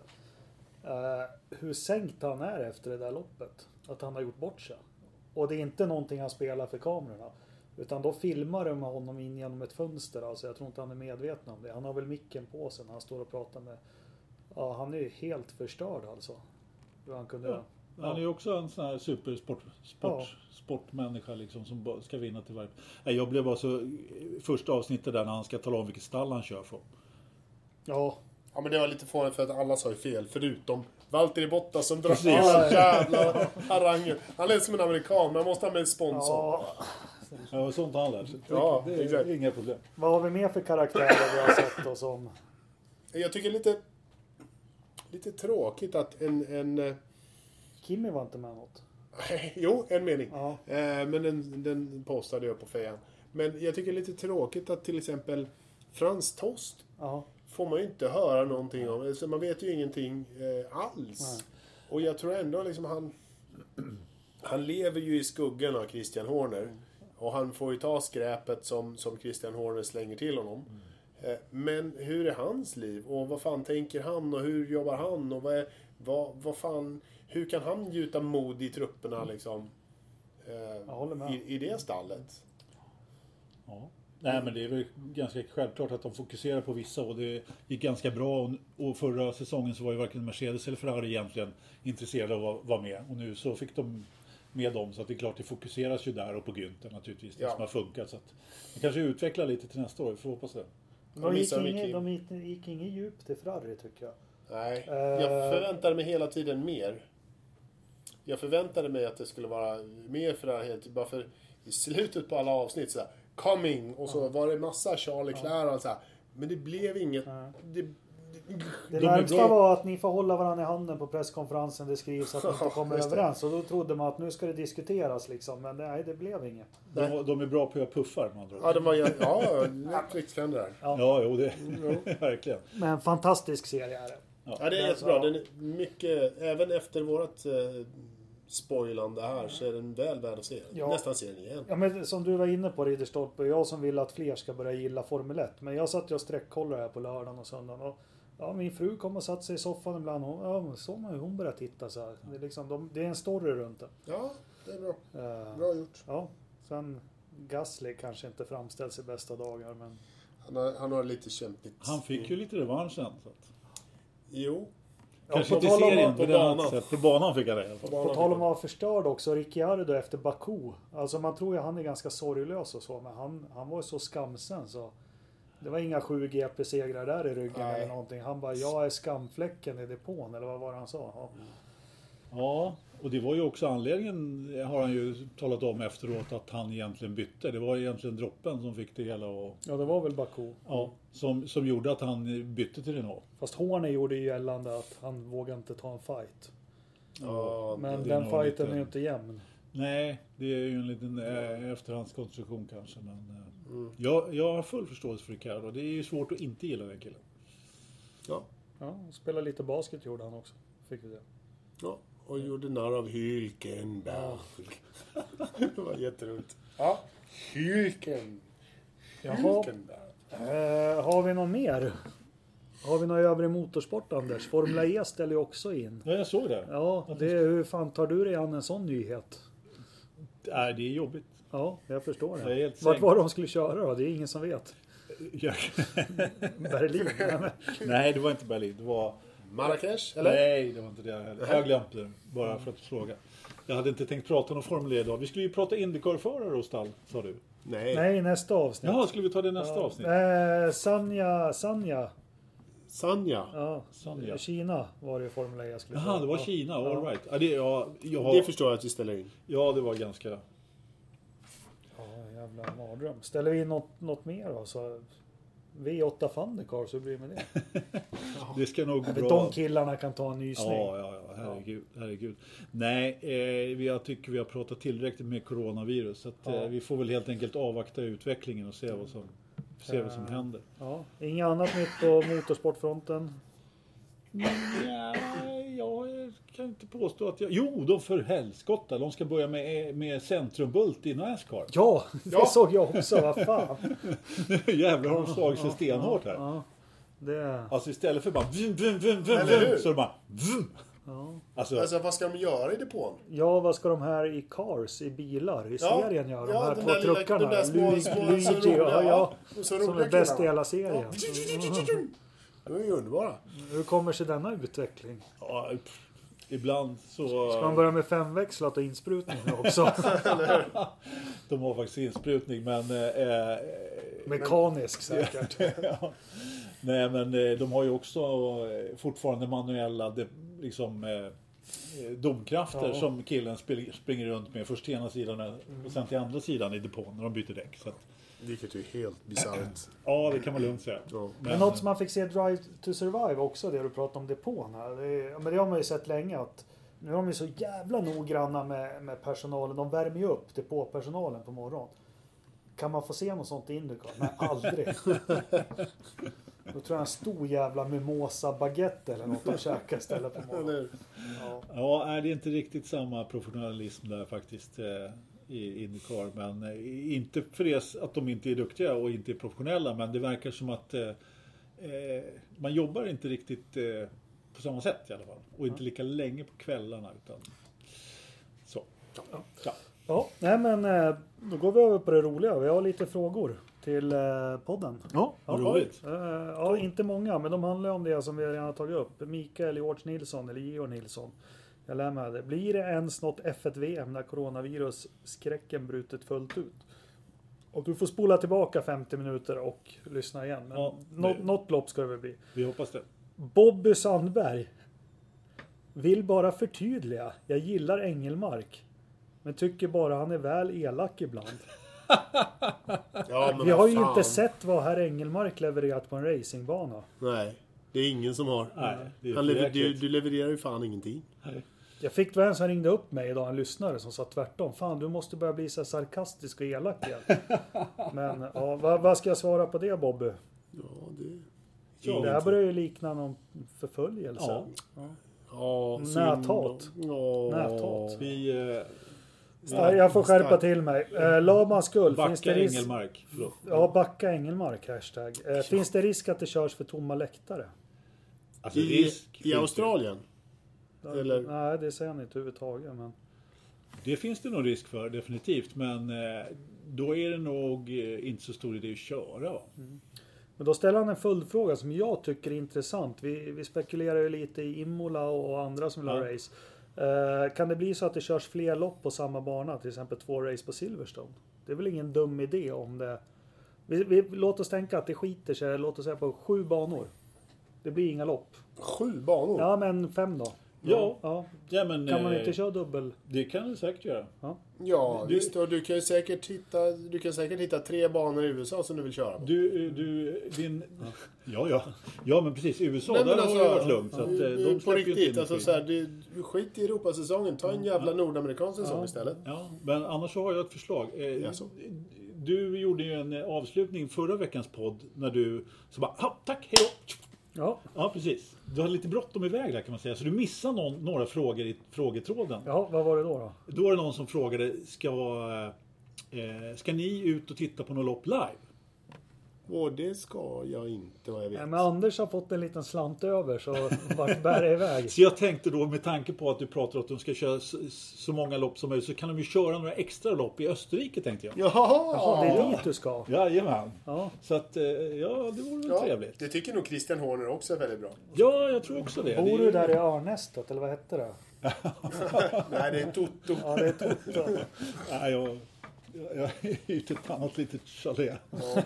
Uh, hur sänkt han är efter det där loppet. Att han har gjort bort sig. Och det är inte någonting han spelar för kamerorna. Utan då filmar de honom in genom ett fönster. Alltså jag tror inte han är medveten om det. Han har väl micken på sig när han står och pratar med... Ja, han är ju helt förstörd alltså. Hur han kunde... Ja. Han är ju också en sån här supersport sport, Ja. sportmänniska liksom, som bara ska vinna till varje... Nej, jag blev bara så... Första avsnittet där när han ska tala om vilket stall han kör från. Ja, Ja, men det var lite farligt för att alla sa ju fel, förutom Valtteri Bottas som drar Precis. alla jävla haranger. Han är som en amerikan, men han måste ha med en sponsor. ja. Ja, sånt har han lärt sig. Ja, det är exakt. inga problem. Vad har vi mer för karaktärer vi har sett oss om? Jag tycker lite, lite tråkigt att en... en eh, Kimmy var inte med något. jo, en mening. Ja. Eh, men den, den postade jag på fejan. Men jag tycker lite tråkigt att till exempel Frans Tost Ja. får man ju inte höra någonting om. Alltså, man vet ju ingenting eh, alls. Nej. Och jag tror ändå liksom han... Han lever ju i skuggan av Christian Horner. Och han får ju ta skräpet som, som Christian Horner slänger till honom. Eh, Men hur är hans liv? Och vad fan tänker han? Och hur jobbar han? Och vad, är, vad, vad fan... Hur kan han gjuta mod i trupperna liksom? Eh, Jag håller med. I, I det stallet. Ja. Nej, men det är väl ganska självklart att de fokuserar på vissa och det gick ganska bra. Och, och förra säsongen så var ju varken Mercedes eller Ferrari egentligen intresserade av att vara med. Och nu så fick de med dem, så att det är klart det fokuseras ju där och på Günther naturligtvis, det Ja. som har funkat. Så att det kanske utvecklar lite till nästa år, vi får hoppas det. De Jag gick, missar inget, mycket. de gick, gick inget djup till Ferrari tycker jag. Nej, Eh. jag förväntar mig hela tiden mer. jag förväntade mig att det skulle vara mer för det här helt, bara för i slutet på alla avsnitt så här, coming, och så ja. var det massa Charlie Clair och så här, men det blev inget, ja. det, det, det närmsta var att ni får hålla varandra i handen på presskonferensen, det skrivs att ni inte kommer överens, och då trodde man att nu ska det diskuteras liksom, men nej, det blev inget. De, de är bra på att göra puffar, man tror. Ja, de var, ja, riktigt kan det där. Ja, ja jo, det är verkligen. Men en fantastisk serie är det. Ja, ja det är jättebra. Den är mycket, även efter vårat eh, spoilande här så är den väl värd att se. Ja. Nästan se den igen. Ja, men som du var inne på, Ridderstolpe, jag som vill att fler ska börja gilla Formel ett. Men jag satt ju och sträckkollade här på lördagen och söndagen. Och, ja, min fru kom och satt sig i soffan ibland. Hon, ja, så man hur hon började titta så här. Det är, liksom, de, det är en story runt det. Ja, det är bra. Uh, bra gjort. Ja, sen Gasly kanske inte framställs i bästa dagar, men... Han har, han har lite kämpigt. Han fick ju lite revansch sen. Så att... Jo. Kanske ja, inte serien, på banan. Sätt. På banan fick han det i alla fall. På tal om att vara förstörd också, Ricciardo efter Baku. Alltså man tror ju han är ganska sorglös och så, men han, han var ju så skamsen så... Det var inga sju G P-segrar där i ryggen. Nej. Eller någonting. Han bara, jag är skamfläcken i depån, eller vad var det han sa? Ja. Ja, och det var ju också anledningen, har han ju talat om efteråt, att han egentligen bytte. Det var egentligen droppen som fick det hela och... Ja, det var väl Baku. Ja, som, som gjorde att han bytte till Renault. Fast Horner gjorde ju gällande att han vågade inte ta en fight. Ja, men den fighten lite... är ju inte jämn. Nej, det är ju en liten äh, efterhandskonstruktion kanske. Men, äh, mm. jag, jag har full förståelse för Ricardo. Det är ju svårt att inte gilla den killen. Ja. Ja, spela lite basket gjorde han också. Fick vi det. Ja, och gjorde narr av Hülkenberg. Ja. Det var jätteroligt. Ja, Hülken. Hülkenberg. Eh, har vi någon mer? Har vi någon övrig motorsport, Anders? Formula E ställer ju också in. Ja, jag såg det. Ja, det är, hur fan tar du dig an en sån nyhet? Nej, det är jobbigt. Ja, jag förstår det. det Vart var de skulle köra då? Det är ingen som vet. Berlin? Nej, det var inte Berlin. Det var... Marrakesh, eller? Nej, det var inte det heller. Jag glömde det, bara för att fråga. Jag hade inte tänkt prata om Formel E idag. Vi skulle ju prata Indycar-förare och stall, sa du. Nej. Nej, nästa avsnitt. Jaha, skulle vi ta det nästa ja. avsnitt? Eh, Sanja, Sanja. Sanja? Ja, Sanja. Kina var det Formel E jag skulle Jaha, det var ja. Kina, all ja. right. Ja, det, ja, jag har... det förstår jag att vi ställer in. Ja, det var ganska... Ja, jävla mardröm. Ställer vi in något, något mer då? Så... V åtta Thundercar, så blir det med det. Det ska nog gå bra. De killarna kan ta en nysning. Ja, ja, ja. Herregud, herregud. Nej, eh, jag tycker vi har pratat tillräckligt med coronavirus. Så att, ja. eh, vi får väl helt enkelt avvakta utvecklingen och se vad som, se vad som händer. Ja. Inget annat nytt på motorsportfronten? Ja, jag kan inte påstå att jag... Jo, de för helskotta. De ska börja med, med centrumbult i NASCAR. Ja, det ja. såg jag också. Vad fan. Jävlar har de slagit sig stenhårt här. Ja, det... Alltså istället för bara... Vum, vum, vum, vum, vum, så är det bara... Vum. Ja. Alltså, alltså vad ska de göra i depån? Ja, vad ska de här i Cars, i bilar, i ja, serien göra? De ja, här två lilla, truckarna. De där små, små, Luigi, så roliga, ja, ja, så som är bäst i hela serien. Ja. De är ju underbara. Hur kommer sig denna utveckling? Ja, ibland så... Ska man börja med femväxlat och insprutning också? De har faktiskt insprutning, men... Eh, Mekanisk säkert. Ja. Nej, men de har ju också fortfarande manuella liksom, eh, domkrafter ja. som killen springer runt med. Först till ena sidan och sen till andra sidan i depån när de byter däck. Så att... Vilket är helt bisarrt. Ja, det kan man lugnt säga. Ja. Men, men något som man fick se Drive to Survive också, det du pratade om depån här. Det, är, men det har man ju sett länge att nu är de ju så jävla noggranna med, med personalen. De värmer ju upp depåpersonalen på morgonen. Kan man få se något sånt i Indycar? Nej, aldrig. Då tror jag en stor jävla mimosa baguette eller något de käkar istället på morgonen. Ja, ja är det inte riktigt samma professionalism där faktiskt eh, i Indycar. Men eh, inte för det att de inte är duktiga och inte är professionella. Men det verkar som att eh, man jobbar inte riktigt eh, på samma sätt i alla fall. Och inte lika länge på kvällarna. Utan... Så. Ja. Ja. Ja, nej men då går vi över på det roliga. Vi har lite frågor till podden. Ja, vad roligt. Ja, inte många, men de handlar om det som vi redan har tagit upp. Mikael George Nilsson eller Georg Nilsson. Jag lär med det. Blir det ens något F ett V M när coronavirus skräcken brutit fullt ut? Och du får spola tillbaka femtio minuter och lyssna igen. Men ja, något, något lopp ska det väl bli. Vi hoppas det. Bobby Sandberg. Vill bara förtydliga. Jag gillar Engelmark. Men tycker bara han är väl elak ibland. Ja, men Vi har ju fan. inte sett vad herr Engelmark levererat på en racingbana. Nej, det är ingen som har. Nej, det är Han lever, du, jäkligt. du levererar ju fan ingenting. Jag fick det en som ringde upp mig idag, en lyssnare som sa tvärtom. Fan, du måste börja bli så sarkastisk och elak igen. Men ja, vad, vad ska jag svara på det, Bobby? Ja, det... Ja, det här börjar ju likna någon förföljelse. Ja. Ja, Näthat. Ja. Näthat. Vi eh, Ja, jag får skärpa till mig. Eh, Labans skull. Finns det backar risk... Engelmark. Förlåt. Ja, backa Engelmark, hashtag. Eh, finns det risk att det körs för tomma läktare? Alltså, I, risk finns I det. Australien? Eller? Nej, det säger han inte överhuvudtaget. Men... Det finns det nog risk för, definitivt. Men eh, då är det nog eh, inte så stor idé att köra. Va? Mm. Men då ställer han en följdfråga som jag tycker är intressant. Vi, vi spekulerar ju lite i Imola och andra som vill ha Ja. race. Eh, kan det bli så att det körs fler lopp på samma bana? Till exempel två race på Silverstone? Det är väl ingen dum idé om det... Vi, vi, låt oss tänka att det skiter sig, låt oss säga på sju banor. Det blir inga lopp. Sju banor? Ja, men fem då. Ja. ja. Ja, men, Kan man eh, inte köra dubbel? Det kan du säkert göra. Ja. Ja, Du- visst. Och du kan ju säkert hitta, du kan säkert hitta tre banor i U S A som du vill köra på. Du, du, din... Ja, ja. Ja, men precis. I U S A, Nej, där men har det varit lugnt. Så att, eh, du- de du- på släpper ju inte riktigt, in alltså skit. så här, du, du skit i Europasäsongen. Ta en jävla nordamerikansk säsong Ja. istället. Ja, men annars så har jag ett förslag. Eh, Jaså? Du gjorde ju en eh, avslutning förra veckans podd när du så bara, "Ha, tack, hej då." Ja. Ja, precis. Du hade lite bråttom iväg där kan man säga. Så du missade någon, några frågor i frågetråden. Ja, vad var det då? då? Då var det någon som frågade, ska, eh, ska ni ut och titta på något lopp live? Och det ska jag inte, vad jag vet. Ja, men Anders har fått en liten slant över, så vart bär det iväg? Så jag tänkte då, med tanke på att du pratar om att de ska köra så, så många lopp som möjligt, så kan de ju köra några extra lopp i Österrike, tänkte jag. Jaha! Jaha, det är dit du ska. Jajamän. Ja. Så att, eh, ja, det vore väl Ja, trevligt. det tycker nog Christian Horner också är väldigt bra. Ja, jag tror också det. Bor det du där i Örnästet, eller vad hette det? Nej, det är Toto. Ja, det är Toto. Nej, jag, jag, jag är ute ett annat litet chalet.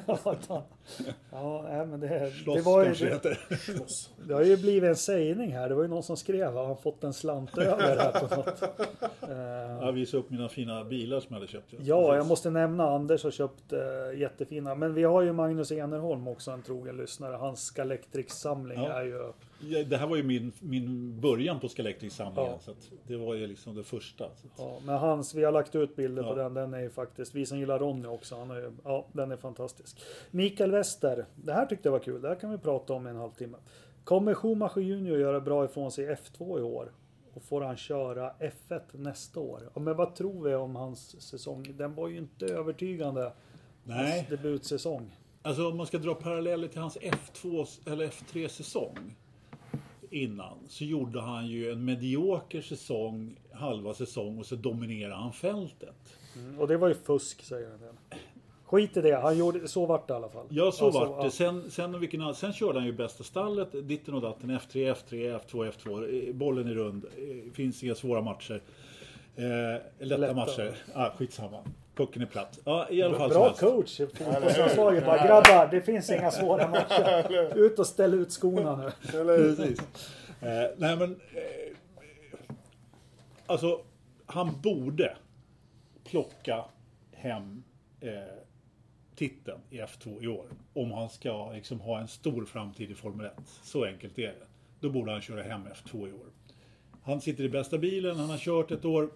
Ja, nej, men det, det Slåss var ju... kanske Det, heter. det har ju blivit en sägning här. Det var ju någon som skrev, har han fått en slant över här på något? Eh, Jag visade upp mina fina bilar som jag hade köpt. Ja, jag måste nämna Anders har köpt äh, jättefina. Men vi har ju Magnus Enerholm också, en trogen lyssnare. Hans Scalextric-samling Ja. är ju... Ja, det här var ju min, min början på Scalextric-samlingen. Ja. Så att det var ju liksom det första. Så att, Ja, men hans, vi har lagt ut bilder Ja. på den. Den är ju faktiskt, vi som gillar Ronny också, han är ju, ja, den är fantastisk. Mikael Wester, det här tyckte jag var kul. Det här kan vi prata om i en halvtimme. Kommer Schumacher Junior göra bra ifrån sig i F två i år? Och får han köra F ett nästa år? Ja, men vad tror vi om hans säsong? Den var ju inte övertygande. Nej. Hans debutsäsong. Alltså om man ska dra paralleller till hans F två eller F tre-säsong innan, så gjorde han ju en medioker säsong, halva säsong, och så dominerade han fältet. Mm, och det var ju fusk, säger han. Skit i det, han gjorde, så vart det i alla fall. Ja, så Alltså, vart det. Sen, sen, vilken, annan- sen körde han ju bästa stallet, ditten och datten, F tre, F tre, F två, F två. Eh, Bollen är rund, eh, finns inga svåra matcher. Eh, lätta, Lätta. matcher. Ah, skitsamma. Pucken är platt. Ja, i alla fall Bra som helst. coach i fotbollslandslaget. Bara, grabbar, det finns inga svåra matcher. Ut och ställ ut skorna nu. Precis. Eh, nej men, eh, alltså, han borde plocka hem eh, titeln i F två i år. Om han ska liksom ha en stor framtid i Formel ett. Så enkelt är det. Då borde han köra hem F två i år. Han sitter i bästa bilen, han har kört ett år.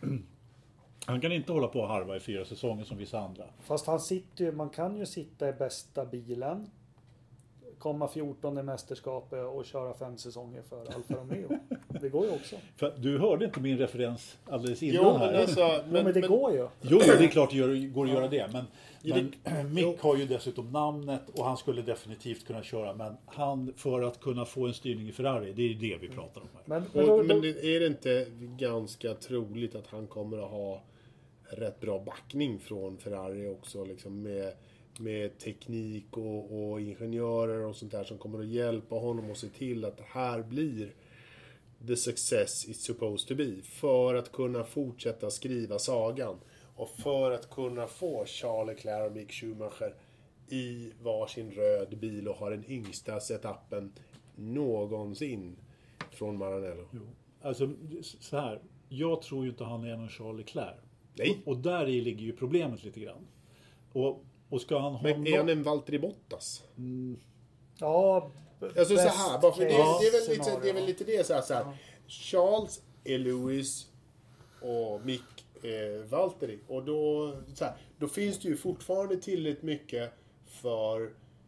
Han kan inte hålla på och harva i fyra säsonger som vissa andra. Fast han sitter ju, man kan ju sitta i bästa bilen, komma fjortonde i mästerskapet och köra fem säsonger för Alfa Romeo. Det går ju också. För du hörde inte min referens alldeles innan Jo, här. men alltså... Men, Men, men det men, går ju. Jo, det är klart det gör, går att göra det. Men, Ja, men Mick har ju dessutom namnet och han skulle definitivt kunna köra. Men han, för att kunna få en styrning i Ferrari, det är det vi pratar om här. Men, men, då, och, då, men det, är det inte ganska troligt att han kommer att ha rätt bra backning från Ferrari också, liksom med, med teknik och, och ingenjörer och sånt där som kommer att hjälpa honom och se till att det här blir the success it's supposed to be, för att kunna fortsätta skriva sagan och för att kunna få Charles Leclerc och Mick Schumacher i varsin röd bil och ha den yngsta setupen någonsin från Maranello. Jo. alltså så här. Jag tror ju inte han är någon Charles Leclerc. Nej. Och, och där i ligger ju problemet lite grann. Och, och ska han ha... Men är han en Valtteri Bottas? Mm, Ja, Alltså så här, bara för det, det, är väl lite, scenario. det är väl lite det så här, så här. Ja. Charles är Lewis och Mick är Valtteri. Och då, så här, då finns det ju fortfarande tillräckligt mycket för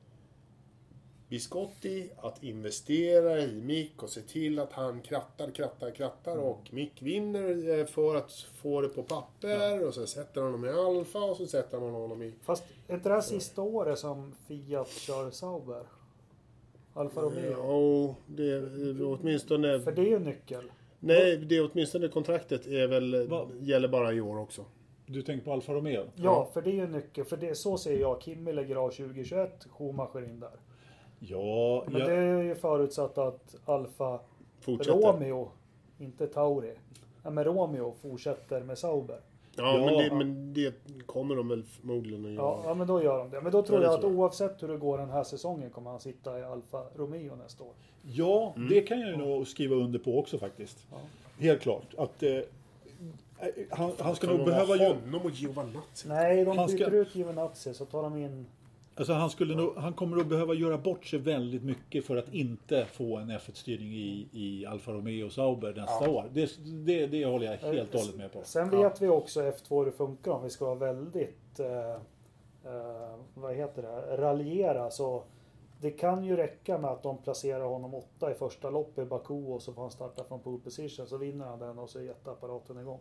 Biscotti att investera i Mick och se till att han krattar, krattar, krattar Mm. och Mick vinner eh, för att få det på papper och så sätter han honom i Alfa och så sätter han honom i... Fast är inte det här sista året som Fiat kör Sauber? Alfa Romeo? Ja, det är åtminstone... För det är ju nyckel. Nej, det är åtminstone kontraktet är väl, Va? gäller bara i år också. du tänker på Alfa Romeo? Ja, för det är ju nyckel. För det, så ser jag. Kimi lägger av tjugohundratjugoett, Schumacher in där. Ja, Men jag, det är ju förutsatt att Alfa Fortsätter. Romeo, inte Tauri, ja, men Romeo fortsätter med Sauber. Ja, Ja. Men, det, men det kommer de väl förmodligen att göra. Ja, ja, men då gör de det. Men då tror Ja, det jag att tror jag. oavsett hur det går den här säsongen kommer han sitta i Alfa Romeo nästa år. ja det kan jag ju nog skriva under på också faktiskt. Ja. Helt klart. Att, eh, han, han ska Kan nog de behöva ha göra... honom och Giovanazzi? Nej, de Han ska- byter ut Giovinazzi så tar de in... Alltså han, skulle nog, han kommer att behöva göra bort sig väldigt mycket för att inte få en F ett-styrning i, i Alfa Romeo och Sauber nästa Ja. år. Det, det, det håller jag helt och hållet med på. Sen vet vi också F två hur det funkar om vi ska vara väldigt... Eh, eh, vad heter det? Raljera. Så det kan ju räcka med att de placerar honom åtta i första loppet i Baku och så får han starta från pole position. Så vinner han den och så är jätteapparaten igång.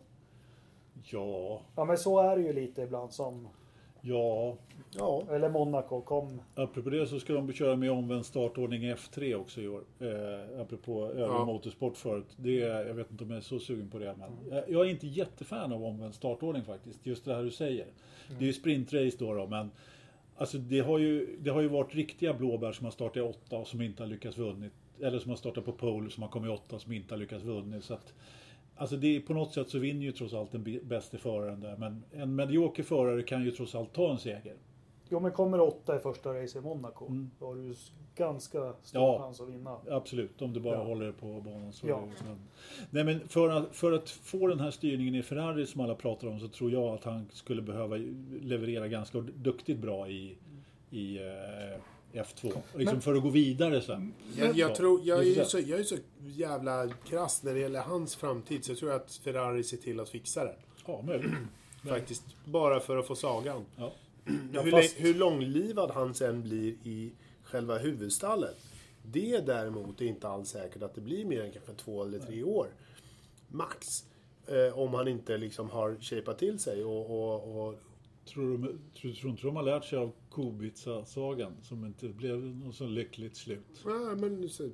Ja, Ja men så är det ju lite ibland som... ja. Ja. Eller Monaco kom... Apropå det så ska de köra med omvänd startordning i F tre också i år. Eh, apropå övrig Ja. motorsport förut. Det, är- jag vet inte om jag är så sugen på det. Men jag, jag är inte jättefan av omvänd startordning faktiskt. Just det här du säger. Det är ju sprintrace då, då men alltså det har, ju, det har ju varit riktiga blåbär som har startat i åtta och som inte har lyckats vunnit. Eller som har startat på pole som har kommit i åtta som inte har lyckats vunnit. Så att, alltså det är, på något sätt så vinner ju trots allt den bi- bästa föraren där. Men en medioker förare kan ju trots allt ta en seger. Jo men kommer åtta i första race i Monaco. Mm. Då har du ju ganska stor Ja. chans att vinna. Absolut, om du bara Ja. håller på banan. Så Ja. är det, men, nej men för att, för att få den här styrningen i Ferrari som alla pratar om så tror jag att han skulle behöva leverera ganska duktigt bra i, i eh, F två. Liksom Men- för att gå vidare sen. Jag, jag, Ja, tror, jag, det är är så. så, jag är så jävla krass när det gäller hans framtid så jag tror att Ferrari ser till att fixa det. Ja, möjligt. Faktiskt. Bara för att få sagan. Ja. Ja, hur, fast- lä- hur långlivad han sen blir i själva huvudstallet. Det däremot är inte alls säkert att det blir mer än kanske två eller tre år. Max. Eh, om han inte liksom har shapat till sig och, och, och Tror du tror, tror inte de har lärt sig av Kubica-sagan som inte blev något så lyckligt slut? ja, men, så,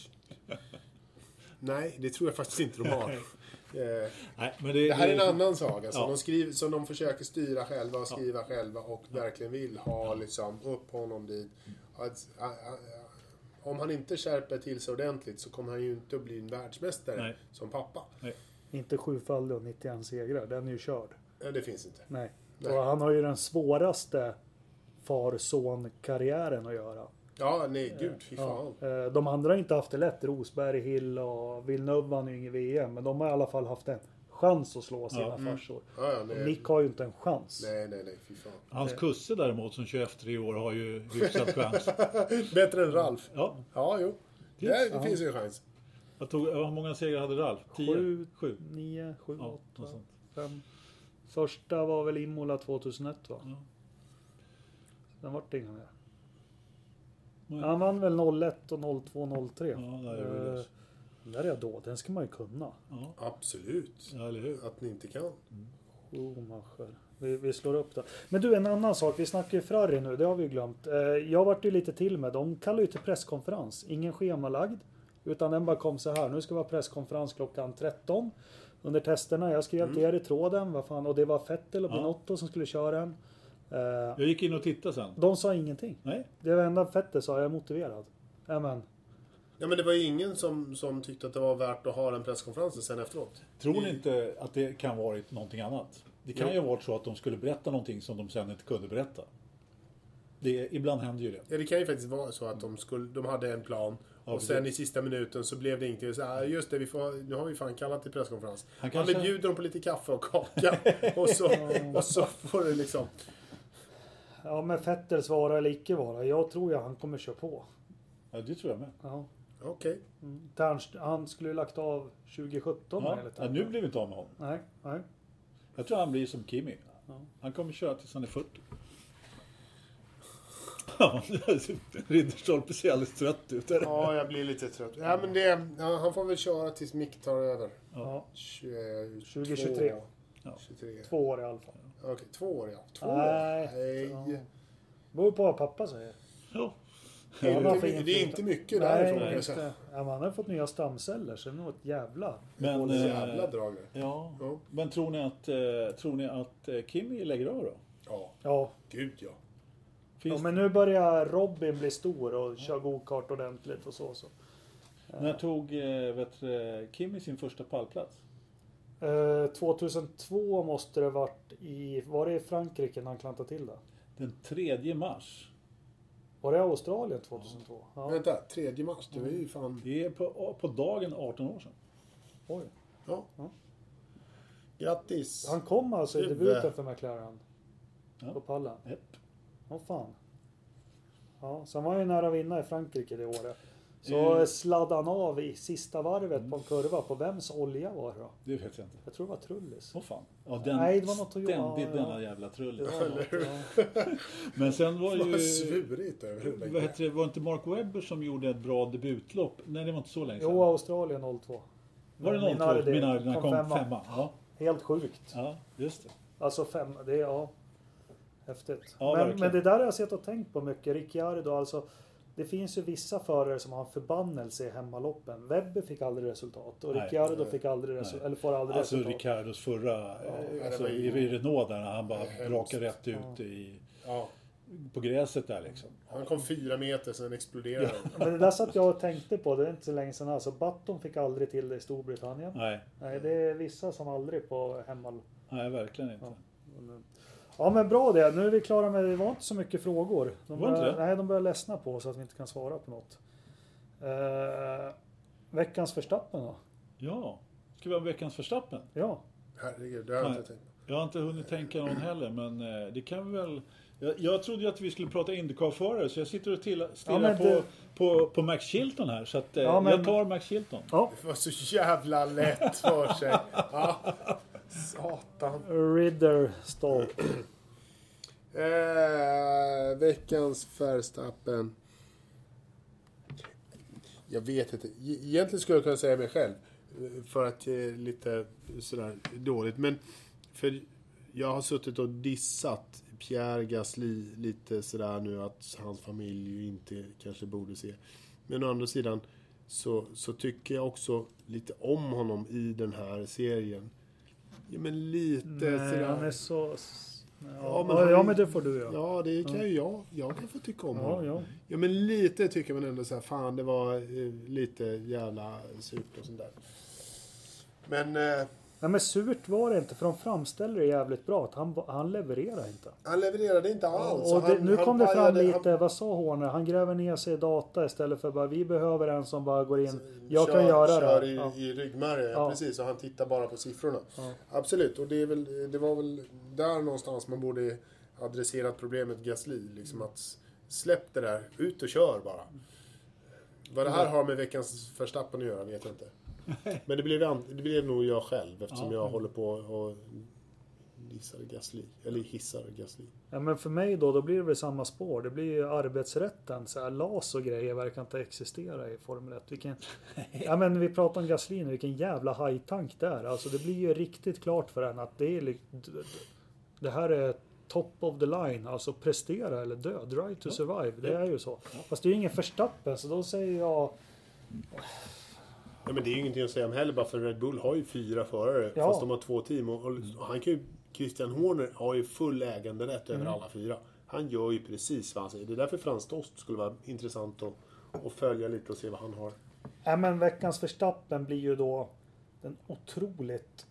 nej, det tror jag faktiskt inte de har. Eh, Nej, men det, Det här är en annan saga som, Ja. de, skriver, som de försöker styra själva och skriva själva och verkligen vill ha liksom, upp honom dit. Att, ä, ä, ä, om han inte skärper till sig ordentligt så kommer han ju inte att bli en världsmästare Nej. som pappa. Inte sjufaldig och nittioen segrar. Den är ju körd. Ja, det finns inte. Nej. Nej. Och han har ju den svåraste far-son-karriären att göra. Ja, nej, gud, fy fan. Ja. Eh, De andra har inte haft det lätt. Rosberg, Hill och Villeneuve vann ju inget V M. Men de har i alla fall haft en chans att slå sina Ja. Mm. farsor. Ja, ja, Och nej. Nick har ju inte en chans. nej, nej, nej, fy fan. Hans kusse däremot som kör F tre år har ju hyfsat chans. Bättre än Ralf. Ja, Ja, jo. Det, det Ja. finns ju en chans. jag tog, hur många segrar hade Ralf? Tio? Sju, Sju? nio, sju, Ja, åtta, något sånt. fem. Första var väl Imola tvåtusenett va? Ja. Den vart det inga mer. Nej. Han vann väl noll ett och noll två noll tre. Ja, där är det Eh, lös. Den där är då, den ska man ju kunna. Ja, Absolut. ja, eller hur? Att ni inte kan. Schumacher. Vi, vi slår upp det. Men du, en annan sak. Vi snackar ju Ferrari nu, det har vi glömt. Eh, Jag vart ju lite till med. De kallar ju till presskonferens. Ingen schemalagd. Utan den bara kom så här. Nu ska vi ha presskonferens klockan tretton. Under testerna. Jag skrev till er i tråden. Vad fan, och det var Vettel och Ja. Binotto som skulle köra den. Eh, Jag gick in och tittade sen. De sa ingenting. Nej, Det var enda Vettel sa, jag är motiverad. Amen. Ja, men det var ju ingen som, som tyckte att det var värt att ha den presskonferensen sen efteråt. tror ni inte att det kan ha varit någonting annat? Det kan Jo. ju ha varit så att de skulle berätta någonting som de sen inte kunde berätta. Det, ibland händer ju det. Ja, det kan ju faktiskt vara så att de, skulle, de hade en plan Ja, och sen i sista minuten så blev det ingenting. Så här, just det, vi får, nu har vi fan kallat till presskonferens. Han Han kanske- vi bjuder dem på lite kaffe och kaka. och, så, och så får det liksom... Ja, men Vettels vara eller icke vara. Jag tror ju han kommer köra på. Ja, det tror jag med. Ja. Okej. Mm. Ternst, han skulle ju lagt av tjugo sjutton. Ja, enligt ja, honom. nu blir vi inte av med honom. Nej, nej. Jag tror han blir som Kimi. Ja. Han kommer köra tills han är fyrtio. Ja, Ridderstolpe ser alldeles trött ut. Eller? Ja, jag blir lite trött. Ja, men det, ja, han får väl köra tills Mick tar över. Ja. tjugo, tjugo tjugotre. Ja. tjugotre. Två år i alla fall. Okej, två år ja. Två Nej. år? Nej. Beror på vad pappa säger. Ja. Det är Han har inte, för det är inte mycket Nej, därifrån. nej, kan jag säga. inte. Ja, men han har fått nya stamceller så det är nog ett jävla... Men, Det är eh, jävla drag det. ja. Ja. Men tror ni att, eh, tror ni att eh, Kimi lägger av då? Ja, Ja. gud ja. Finns, ja, men nu börjar Robin bli stor och kör go-kart ordentligt och så. så. När tog eh, vet, du, Kimi sin första pallplats? Eh, tjugohundratvå måste det varit i... Var det i Frankrike när han klantade till det? Den tredje mars. Var det i Australien tjugohundratvå? Ja. Vänta, tredje mars. Det var ju fan... Det är på, på dagen arton år sedan. Oj. Ja. Ja. Grattis. Han kom alltså i Huvud. debuten för McLaren. Ja. På pallen. Japp. Åh fan. Ja, så han var ju nära att vinna i Frankrike det året. Så Mm. sladdade han av i sista varvet på en kurva. På vems olja var det då? Det vet jag inte. Jag tror det var Trullis. Åh fan. Ja, den, Nej, det var något att göra. ständigt Ja, ja. denna jävla Det trull. var något, ja. Men sen var Vad ju... svurigt över hur Vad länge. heter det, var inte Mark Webber som gjorde ett bra debutlopp? Nej, det var inte så länge sedan. Jo, Australien noll två. var det Men noll två? Minardi Minardi när han kom femma. femma. Ja, Helt sjukt. ja, just det. Alltså fem, det är ja. Häftigt. Ja, men, verkligen. men det där har jag sett och tänkt på mycket. Ricciardo alltså. Det finns ju vissa förare som har en förbannelse i hemmaloppen. Webber fick aldrig resultat och Nej, Ricciardo nej. fick aldrig resultat. Nej. eller får aldrig Alltså resultat. Ricciardos förra, eh, det alltså, var ju- i Renault där när han bara Hemskt. brakade rätt ut Ja. i, Ja. på gräset där liksom. Han kom fyra meter, sen exploderade han. Men det där satt jag och tänkte på, det är inte så länge sedan. Alltså Button fick aldrig till det i Storbritannien. Nej, Nej, det är vissa som aldrig på hemmal. nej verkligen inte. Ja. Ja men bra det, nu är vi klara med, det var inte så mycket frågor. De Var inte börjar, det? nej, de börjar ledsna på oss att vi inte kan svara på något. Eh, veckans Verstappen då? Ja, ska vi ha veckans Verstappen? Ja. Herregud, det har jag Nej. inte tänkt på. Jag har inte hunnit tänka någon heller, men eh, det kan vi väl... Jag, jag trodde ju att vi skulle prata Indycar-förare, så jag sitter och till, stirrar Ja, men på, det- på, på Max Chilton här. Så att, eh, Ja, men- jag tar Max Chilton. Ja, Det var så jävla lätt för sig. Ja. Satan. Ridder Stolt. Eh, veckans Verstappen. Jag vet inte. E- Egentligen skulle jag kunna säga mig själv. eh, För att det är lite sådär dåligt. Men för jag har suttit och dissat Pierre Gasly lite sådär nu att hans familj ju inte kanske borde se. Men å andra sidan så, så tycker jag också lite om honom i den här serien. Ja, men lite Nej, sådär. han är så... Ja, Ja, men, men ja, han- men det får du ja. Ja, det kan ju jag. Jag kan få tycka om Ja, honom. ja. Ja, men lite tycker man ändå så här, fan det var eh, lite jävla surt och sånt där. Men eh, Nej men surt var det inte, för de framställer det jävligt bra. Att han, han levererar inte. han levererade inte alls. Och det, han, nu han kom det fram pajade- lite, han- vad sa Horner? Han gräver ner sig i data istället för bara vi behöver en som bara går in. Jag kör, kan göra kör det. i, Ja. i ryggmärgen, ja. Ja. Precis. Och han tittar bara på siffrorna. Ja. Absolut. Och det, är väl, det var väl där någonstans man borde adresserat problemet Gasly. Liksom att s- släpp det där, ut och kör bara. Vad det här har med veckans Verstappen att göra vet jag inte. Men det blev, an- det blev nog jag själv eftersom Ja. jag håller på och dissar Gasly. Eller hissar Gasly. Ja men för mig då, då blir det väl samma spår. Det blir ju arbetsrätten. Så här, L A S och grejer verkar inte existera i Formel ett. Vilken, ja men vi pratar om Gasly nu, vilken jävla hajtank det är. Alltså det blir ju riktigt klart för en att det är li- d- d- det här är top of the line. Alltså prestera eller dö. Drive to survive. Det är ju så. Fast det är ju ingen Verstappen, så då säger jag Ja, men det är ju ingenting att säga om heller, bara för Red Bull har ju fyra förare, Ja. fast de har två team. Och, och han kan ju, Christian Horner har ju full äganderätt över Mm. alla fyra. Han gör ju precis vad han säger. Det är därför Frans Tost skulle vara intressant att, att följa lite och se vad han har. ja, men veckans Verstappen blir ju då den otroligt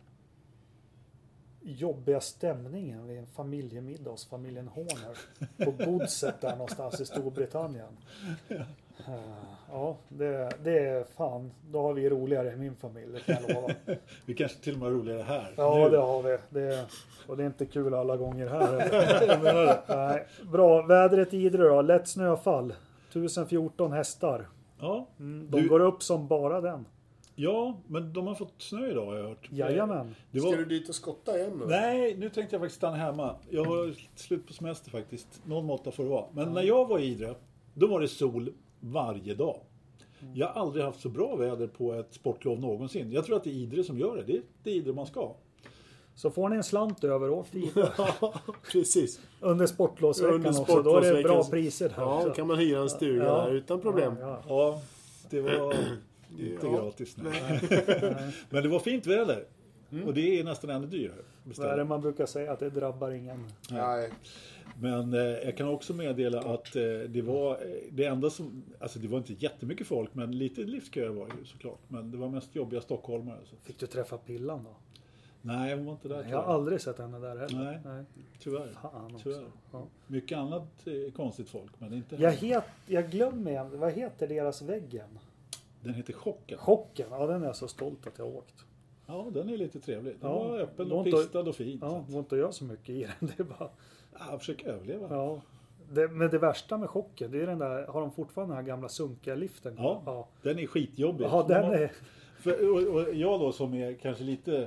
jobbiga stämningen vid en familjemiddag hos familjen Horner på godset där någonstans i Storbritannien. Ja, det, det är fan. Då har vi roligare i min familj, det kan jag lova. Vi kanske till och med har roligare här. Ja, nu. det har vi. Det, och det är inte kul alla gånger här. Nej, bra, vädret i Idre då. Lätt snöfall. tusen fjorton hästar. Ja, Mm, de du- går upp som bara den. ja, men de har fått snö idag har jag hört. Jajamän. Det Ska var... du dit och skotta igen nu? Nej, nu tänkte jag faktiskt stanna hemma. Jag har slut på semester faktiskt. Någon måtta får det vara. Men när jag var i Idre, då var det sol varje dag. Jag har aldrig haft så bra väder på ett sportlov någonsin. Jag tror att det är Idre som gör det. Det är, det är Idre man ska. Så får ni en slant över, åk dit. Ja, precis. Under sportlovsveckan Under också. Då är det sportlovsveckan. bra priser där Ja, då också. kan man hyra en stuga Ja. där utan problem. Ja, ja. Ja, det var inte Ja. gratis. Nej. Men det var fint väder. Och det är nästan ännu dyrare. Vad är det man brukar säga? Att det drabbar ingen. Nej. Men eh, jag kan också meddela att eh, det var eh, det enda som, alltså det var inte jättemycket folk, men lite livsköer var det ju såklart. Men det var mest jobbiga stockholmare. Så. Fick du träffa Pillan då? Nej, hon var inte där Jag har tyvärr. aldrig sett henne där heller. Nej. Nej. Tyvärr. Fan också. tyvärr. Ja. Mycket annat eh, konstigt folk, men inte Jag, henne. het, jag glömmer igen. Vad heter deras väggen? Den heter Chocken. Chocken. Ja, den är jag så stolt att jag har åkt. Ja, den är lite trevlig. Den Ja, var öppen det var och inte- pistad och fin. Ja, så det att- var inte jag så mycket i den. Det är bara, Ja, försök överleva. ja. Det, men det värsta med Chocken, det är den där, har de fortfarande den här gamla sunkiga liften? Ja, Ja, den är skitjobbig. ja den är... För, och, och jag då som är kanske lite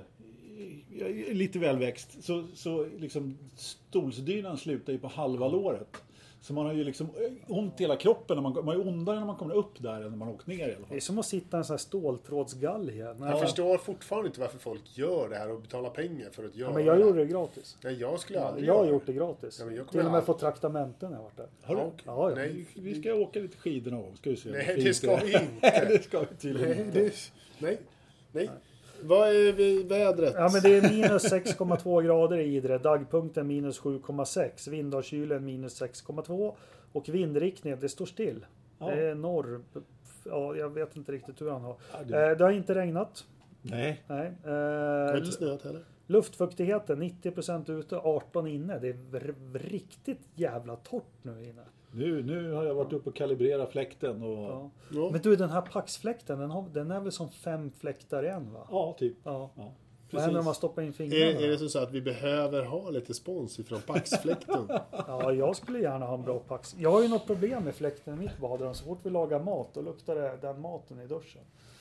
jag är lite välväxt, så, så liksom stolsdynan slutar ju på halva låret. Så man har ju liksom ont i hela kroppen. När man, man är ondare när man kommer upp där än när man åker ner i alla Det fall. är som att sitta i en sån här ståltrådsgalge. Nej, Jag ja. förstår fortfarande inte varför folk gör det här och betalar pengar för att göra Ja, men jag det. gjorde det gratis. Nej, jag skulle aldrig Jag har göra gjort det gratis. Ja, men jag kommer Till och med aldrig- fått traktamenten när jag varit där. Har du? Ja, okej. Ja, ja. Nej, Vi ska åka lite skidor någon gång, ska vi se. Nej, vad det fint ska är. vi inte. Nej, det ska vi tydligen nej, inte. det, nej, nej. Vad är vi, vädret? Ja, men det är minus sex komma två grader i Idre. Dagpunkten minus sju komma sex. Vindavkylen minus sex komma två. Och vindriktningen, det står still. Ja. Det är norr. Ja, jag vet inte riktigt hur han har. Ja, det- Eh, Det har inte regnat. Nej, Nej. Det har Eh, inte snöat heller. Luftfuktigheten nittio procent ute, arton inne. Det är r- riktigt jävla torrt nu inne. nu, nu har jag varit uppe och kalibrerat fläkten och Ja. Ja. Men du, den här paxfläkten, den, har, den är väl som fem fläktar i en, va? ja, typ. Ja. Ja, Vad händer om man precis. stoppar in fingrarna? Är, är det så att vi behöver ha lite spons ifrån Paxfläkten? Ja, jag skulle gärna ha en bra pax. Jag har ju något problem med fläkten i mitt badrum. Så fort vi lagar mat, då luktar det den maten i duschen.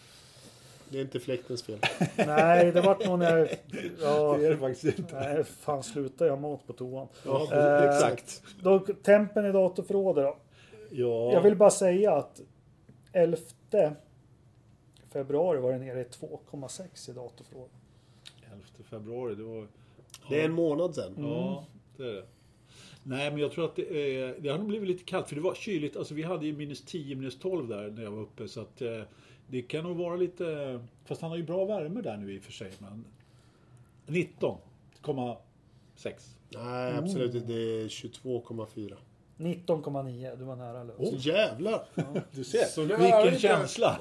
Det är inte fläktens fel. Nej, det vart nog när... Ja, Det är det faktiskt inte. nej, fan slutar jag mat på toan. Ja, Eh, Exakt. Då, tempen i datorförrådet då. Ja. Jag vill bara säga att elfte februari var det nere i två komma sex i datorförrådet. elfte februari, det var... Det är en månad sedan. Ja, det är det. Nej, men jag tror att det, är, det har nog blivit lite kallt, för det var kyligt. Alltså vi hade ju minus tio, minus tolv där när jag var uppe, så att eh, det kan nog vara lite... Fast han har ju bra värme där nu i och för sig, men... nitton komma sex. Nej, absolut inte. Det är tjugotvå komma fyra. nitton komma nio, du var nära lös. Så jävlar! Du ser, Så det är vilken inte- känsla!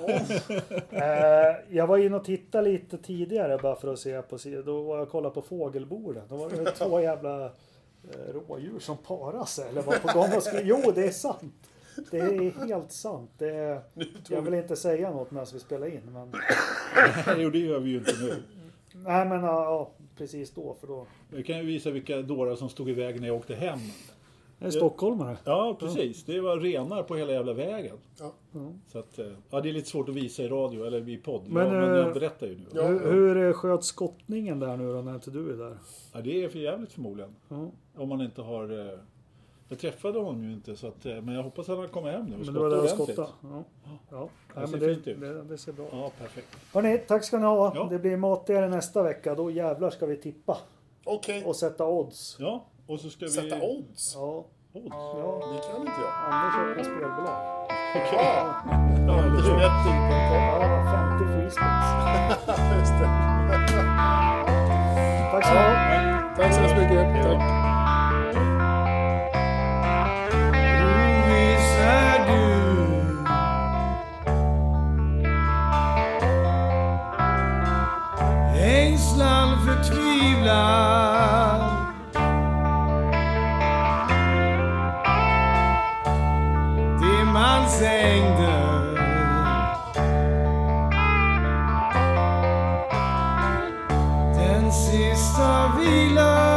Eh, jag var inne och tittade lite tidigare bara för att se på sidan. Då var jag och kollade på fågelborden. Då var det två jävla eh, rådjur som parar sig. Eller var på gång och skulle... Jo, det är sant! Det är helt sant. Det är... Jag vill inte säga något medan vi spelar in. Men... Jo, det gör vi ju inte nu. Nej, men ja, precis då. För då... Jag kan ju visa vilka dårar som stod i vägen när jag åkte hem. Det är stockholmare. Ja, precis. Det var renar på hela jävla vägen. Ja. Så att, eh, ja, det är lite svårt att visa i radio eller i podd. Men, Men, ja, men jag eh, berättar ju nu. Ja. Hur, hur eh, sköt skottningen där nu då när inte du är där? Ja, det är för jävligt förmodligen. Ja. Om man inte har... Eh, jag träffade honom ju inte, så att, eh, men jag hoppas att han kommer hem nu och Men du var där och skottar skottade? ordentligt. Ja. Ja. Det Nej, ser men det, fint ut. det, det ser bra ut. Ja, perfekt. Hörrni, tack ska ni ha. Ja. Det blir matigare nästa vecka. Då jävlar ska vi tippa Okej. och sätta odds. Ja, och så ska vi... Sätta odds? Ja, Odds. ja. Det kan inte jag. Anders öppnar spelbolag. Ja! Anders Betting punkt com. Ja, femtio free spins. Just det. Tack så mycket. Tack så hemskt mycket. Tack. Oviss är du. Ängslan förtvivlan. Dimmans ängder min sista vila.